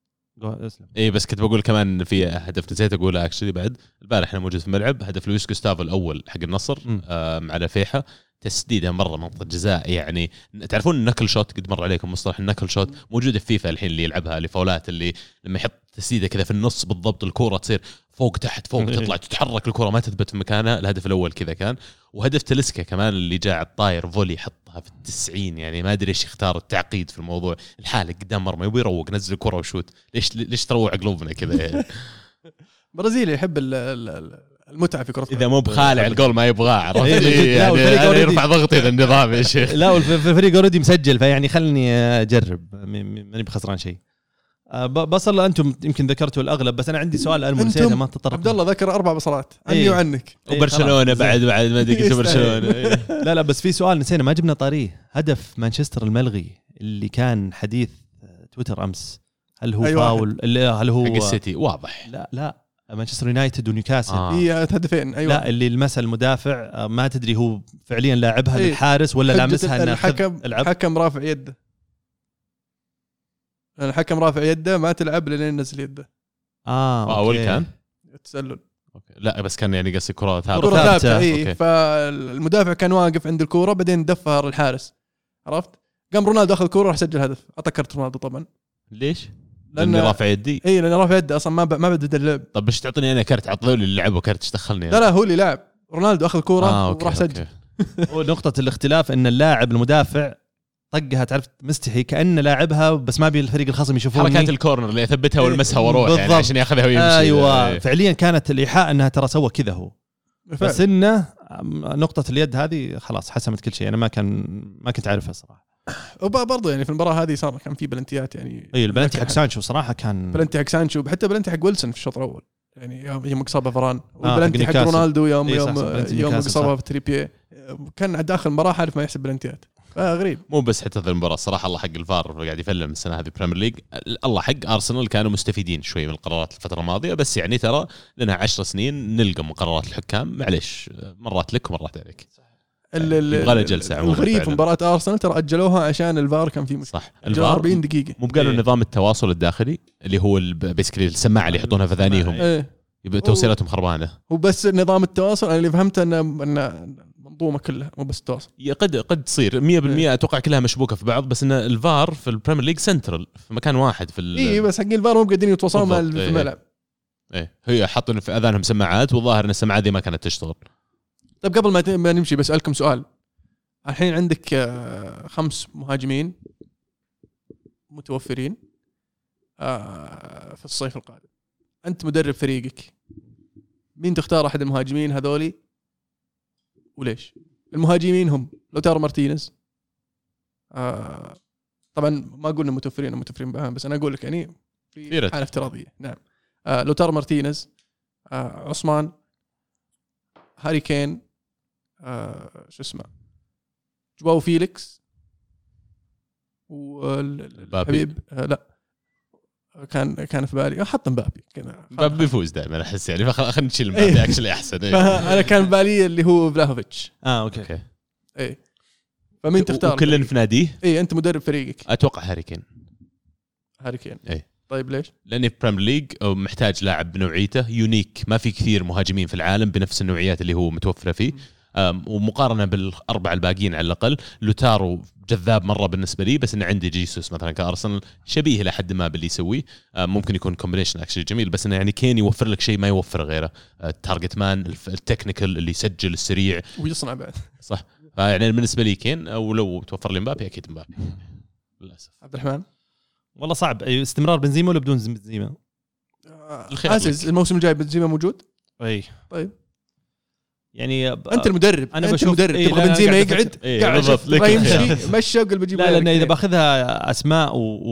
اي بس كنت بقول كمان في هدف نسيت اقوله اكشلي بعد البارح احنا موجود في الملعب، هدف لويس جوستافو الاول حق النصر على فيحة، تسديده مره منطقه جزاء. يعني تعرفون النكل شوت قد مر عليكم مصطلح النكل شوت، موجوده في فيفا الحين اللي يلعبها لفاولات، اللي لما يحط تسديده كذا في النص بالضبط الكوره تصير فوق تحت فوق تطلع تتحرك الكوره ما تثبت في مكانها. الهدف الاول كذا كان. وهدف تلسكا كمان اللي جاء على الطاير فولي حطها في التسعين، يعني ما ادري ايش يختار التعقيد في الموضوع، الحالة قدام مرمى يبي يروق نزل الكره وشوت، ليش ليش تروع قلوبنا كذا يعني. برازيلي يحب المتعه في كره، اذا مو بخالع الجول ما يبغاه عرفت يعني يرفع ضغطي للنظام يا شيخ. لا والفريق اوريدي مسجل فيعني خلني اجرب ماني بخسران شيء. بصل انتم يمكن ذكرتوا الاغلب، بس انا عندي سؤال المنسيده ما تطرق. عبد الله ذكر اربع بصلات عني ايه. وعنك ايه وبرشلونه بعد بعد ما ادري برشلونه ايه. لا لا بس في سؤال نسينا ما جبنا طاريه، هدف مانشستر الملغي اللي كان حديث تويتر امس، هل هو أيوة فاول هل هو حق السيتي واضح؟ لا لا مانشستر يونايتد ونيوكاسل آه. هي هدفين ايوه. لا اللي لمسها المدافع ما تدري هو فعليا لاعبها ايه. للحارس ولا لامسها انه الحكم الحكم رافع يده، الحكم رافع يده ما تلعب لين ينزل يده. اه اول كان تسلل أوكي. لا بس كان يعني قصدي كره ثابته كره ثابته اي، فالمدافع كان واقف عند الكوره بعدين دفها الحارس عرفت، قام رونالدو اخذ الكوره راح سجل هدف. اعتقرت رونالدو طبعا. ليش؟ لأنه رافع يدي. اي لانه رافع يده اصلا ما ب... ما بدد اللعب. طب باش تعطيني انا كرت عطوا لي اللي لعبه كرت تدخلني؟ لا لا هو اللي لعب، رونالدو اخذ الكوره آه وراح سجل. ونقطه الاختلاف ان اللاعب المدافع طقها تعرف مستحي كأنه لاعبها بس ما بي الفريق الخصم يشوفوني. حركات الكورنر اللي يثبتها والمسها وروح يعني عشان ياخذها ويمشي. ايوه ايه. فعليا كانت الايحاء انها ترى سوى كذا هو بس انه نقطه اليد هذه خلاص حسمت كل شيء. انا ما كان ما كنت عارفها صراحه. وبرضه يعني في المباراه هذه صار كان في بلنتيات يعني اي البلنتي حق سانشو صراحه كان بلنتي حق سانشو حتى بلنتي حق ويلسون في الشوط الاول يعني يوم قصابه فران آه والبلنتي حق رونالدو يوم إيه يوم يوم قصابه في تريبيه كان داخل المباراه عارف ما يحسب بلنتيات غريب. مو بس حتى في المباراه الصراحه الله حق الفار قاعد يفلم السنه هذه بريمير ليج الله حق ارسنال كانوا مستفيدين شوي من القرارات الفتره الماضيه بس يعني ترى لنا عشر سنين نلقى من قرارات الحكام معليش مرات لك ومرات عليك يبغى له جلسه. الغريب في مباراه ارسنال ترى اجلوها عشان الفار كان في صح الفار أربعين دقيقه مو قالوا إيه. نظام التواصل الداخلي اللي هو بيسكلي السماعه اللي يحطونها في اذانيهم إيه. يبقى توصيلاتهم خربانه. وبس نظام التواصل انا اللي فهمته ان ان منظومه كلها مو بس التواصل قد قد تصير مية بالمية اتوقع كلها مشبوكه في بعض بس ان الفار في البريمير ليج سنترال في مكان واحد في اي بس حقين الفار مو قادرين يتواصلوا مع في إيه. الملعب. ايه هي حطوا في اذانهم سماعات والظاهر ان السماعات دي ما كانت تشتغل. طيب قبل ما ما نمشي بسالكم سؤال. الحين عندك خمس مهاجمين متوفرين في الصيف القادم انت مدرب فريقك مين تختار احد المهاجمين هذولي وليش؟ المهاجمين هم لوتارو مارتينيز آه طبعا ما قلنا متوفرين او متوفرين بهم بس انا اقول لك يعني في حاله افتراضيه. نعم آه لوتارو مارتينيز آه عثمان هاري كين آه شو اسمه جواو فيليكس والحبيب آه لا كان كان في بالي احط مبابي كذا مبابي بيفوز دائما احس يعني خلينا نشيل مبابي اكشلي احسن. انا كان بالي اللي هو فلاهوفيتش. اه اوكي اوكي اي فمين تختار وكلن في ناديه؟ اي انت مدرب فريقك. اتوقع هاري كين. هاري كين اي طيب ليش؟ لاني في بريمير ليج محتاج لاعب بنوعيته يونيك ما في كثير مهاجمين في العالم بنفس النوعيات اللي هو متوفره فيه ومقارنه بالاربعه الباقيين على الاقل لوتارو جذاب مره بالنسبه لي بس ان عندي جيسوس مثلا كارسنال شبيه لحد ما باللي يسويه ممكن يكون كومبينيشن اكشلي جميل بس انه يعني كين يوفر لك شيء ما يوفر غيره التارجت مان التكنيكال اللي يسجل السريع ويصنع بعد صح. فيعني بالنسبه لي كين او لو توفر لي مبابي اكيد مبابي للاسف. عبد الرحمن والله صعب استمرار بنزيما ولا بدون بنزيما؟ عزيز الموسم الجاي بنزيما موجود. اي طيب يعني انت المدرب انا انت المدرب إيه تبغى بنزيما يقعد إيه قاعد يمشي مشى قبل بجيب لا لان اذا باخذها اسماء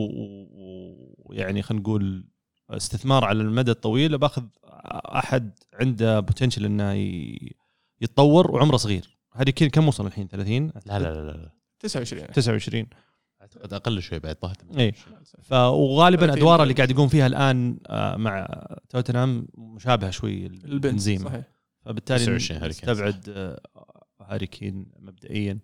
ويعني خلينا نقول استثمار على المدى الطويل باخذ احد عنده بوتنشل انه يتطور وعمره صغير. هذه كم وصل الحين ثلاثين؟ لا لا لا لا تسعة وعشرين تسعة وعشرين اعتقد اقل شوي بعد طاهر. اي فوغالبا ادواره اللي قاعد يقوم فيها الان مع توتنهام مشابهه شوي للبنزيما صحيح. فبالتالي استبعد هاري كين مبدئيا.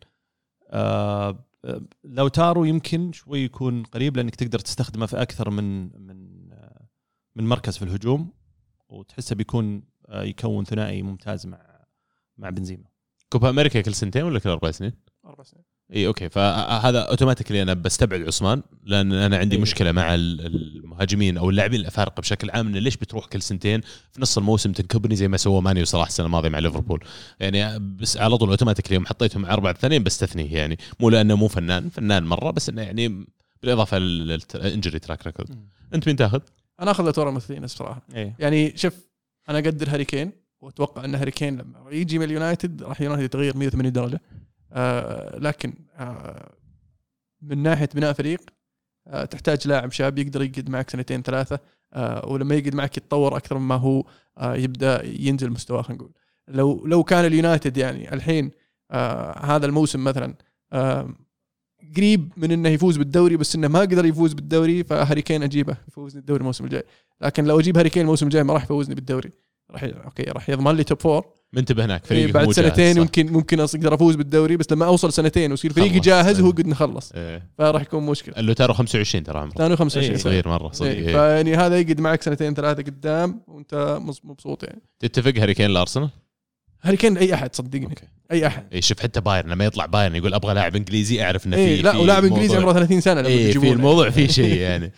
آه لو تارو يمكن شوي يكون قريب لانك تقدر تستخدمه في اكثر من من من مركز في الهجوم وتحسه بيكون يكون ثنائي ممتاز مع مع بنزيما. كوبا امريكا كل سنتين ولا كل اربع سنين؟ اربع سنين. اي اوكي فهذا اوتوماتيكلي انا بستبعد عثمان لان انا عندي إيه. مشكله مع المهاجمين او اللاعبين الافارقه بشكل عام انه ليش بتروح كل سنتين في نص الموسم تنكبني زي ما سوى ماني وصلاح السنه الماضيه مع ليفربول يعني بس على طول اوتوماتيكلي يوم حطيتهم مع اربع ثانيين بستثنيه يعني مو لانه مو فنان فنان مره بس انه يعني بالاضافه للانجري تراك ريكورد. انت مين تاخذ؟ انا اخذ لوتارو مارتينيز صراحه. إيه. يعني شوف انا اقدر هاري كين واتوقع ان هاري كين لما يجي من اليونايتد راح يونايتد يتغير مية وثمانين درجه آه لكن آه من ناحيه بناء فريق آه تحتاج لاعب شاب يقدر يقعد معك سنتين ثلاثه آه ولما يقعد معك يتطور اكثر مما هو آه يبدا ينزل مستواه. خلينا نقول لو لو كان اليونايتد يعني الحين آه هذا الموسم مثلا آه قريب من انه يفوز بالدوري بس انه ما قدر يفوز بالدوري فهاري كين اجيبه يفوزني الدوري الموسم الجاي. لكن لو اجيب هاري كين الموسم الجاي ما راح يفوزني بالدوري راح اوكي راح يضمن لي توب فور منتبه هناك فريق بعد سنتين يمكن ممكن اقدر افوز بالدوري بس لما اوصل سنتين ويصير فريقي جاهز هو قد نخلص إيه. فراح يكون مشكله. اللوتارو خمسة وعشرين ترى عمره ثاني خمسة وعشرين إيه. صغير مره صغير إيه. فيعني هذا يقعد معك سنتين ثلاثه قدام وانت مبسوط يعني. تتفق هاري كين لارسنال؟ هاري كين اي احد صدقني أوكي. اي احد. اي شوف حتى بايرن لما يطلع بايرن يقول ابغى لاعب انجليزي اعرف انه إيه. في لا ولاعب انجليزي عمره ثلاثين سنه لما إيه. في الموضوع في شيء يعني.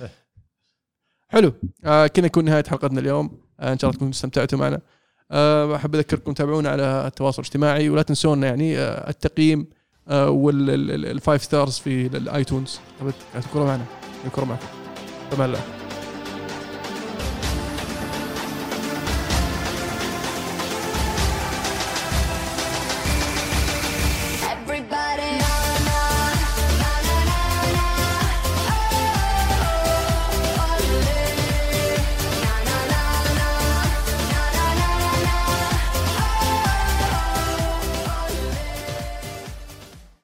حلو آه كنا نكون نهايه حلقتنا اليوم آه ان شاء الله تكونوا استمتعتوا معنا. أه أحب أذكركم تابعونا على التواصل الاجتماعي ولا تنسونا يعني أه التقييم أه والفايف ستارز في الايتونز. تذكروا معنا. نذكروا معكم. تمام.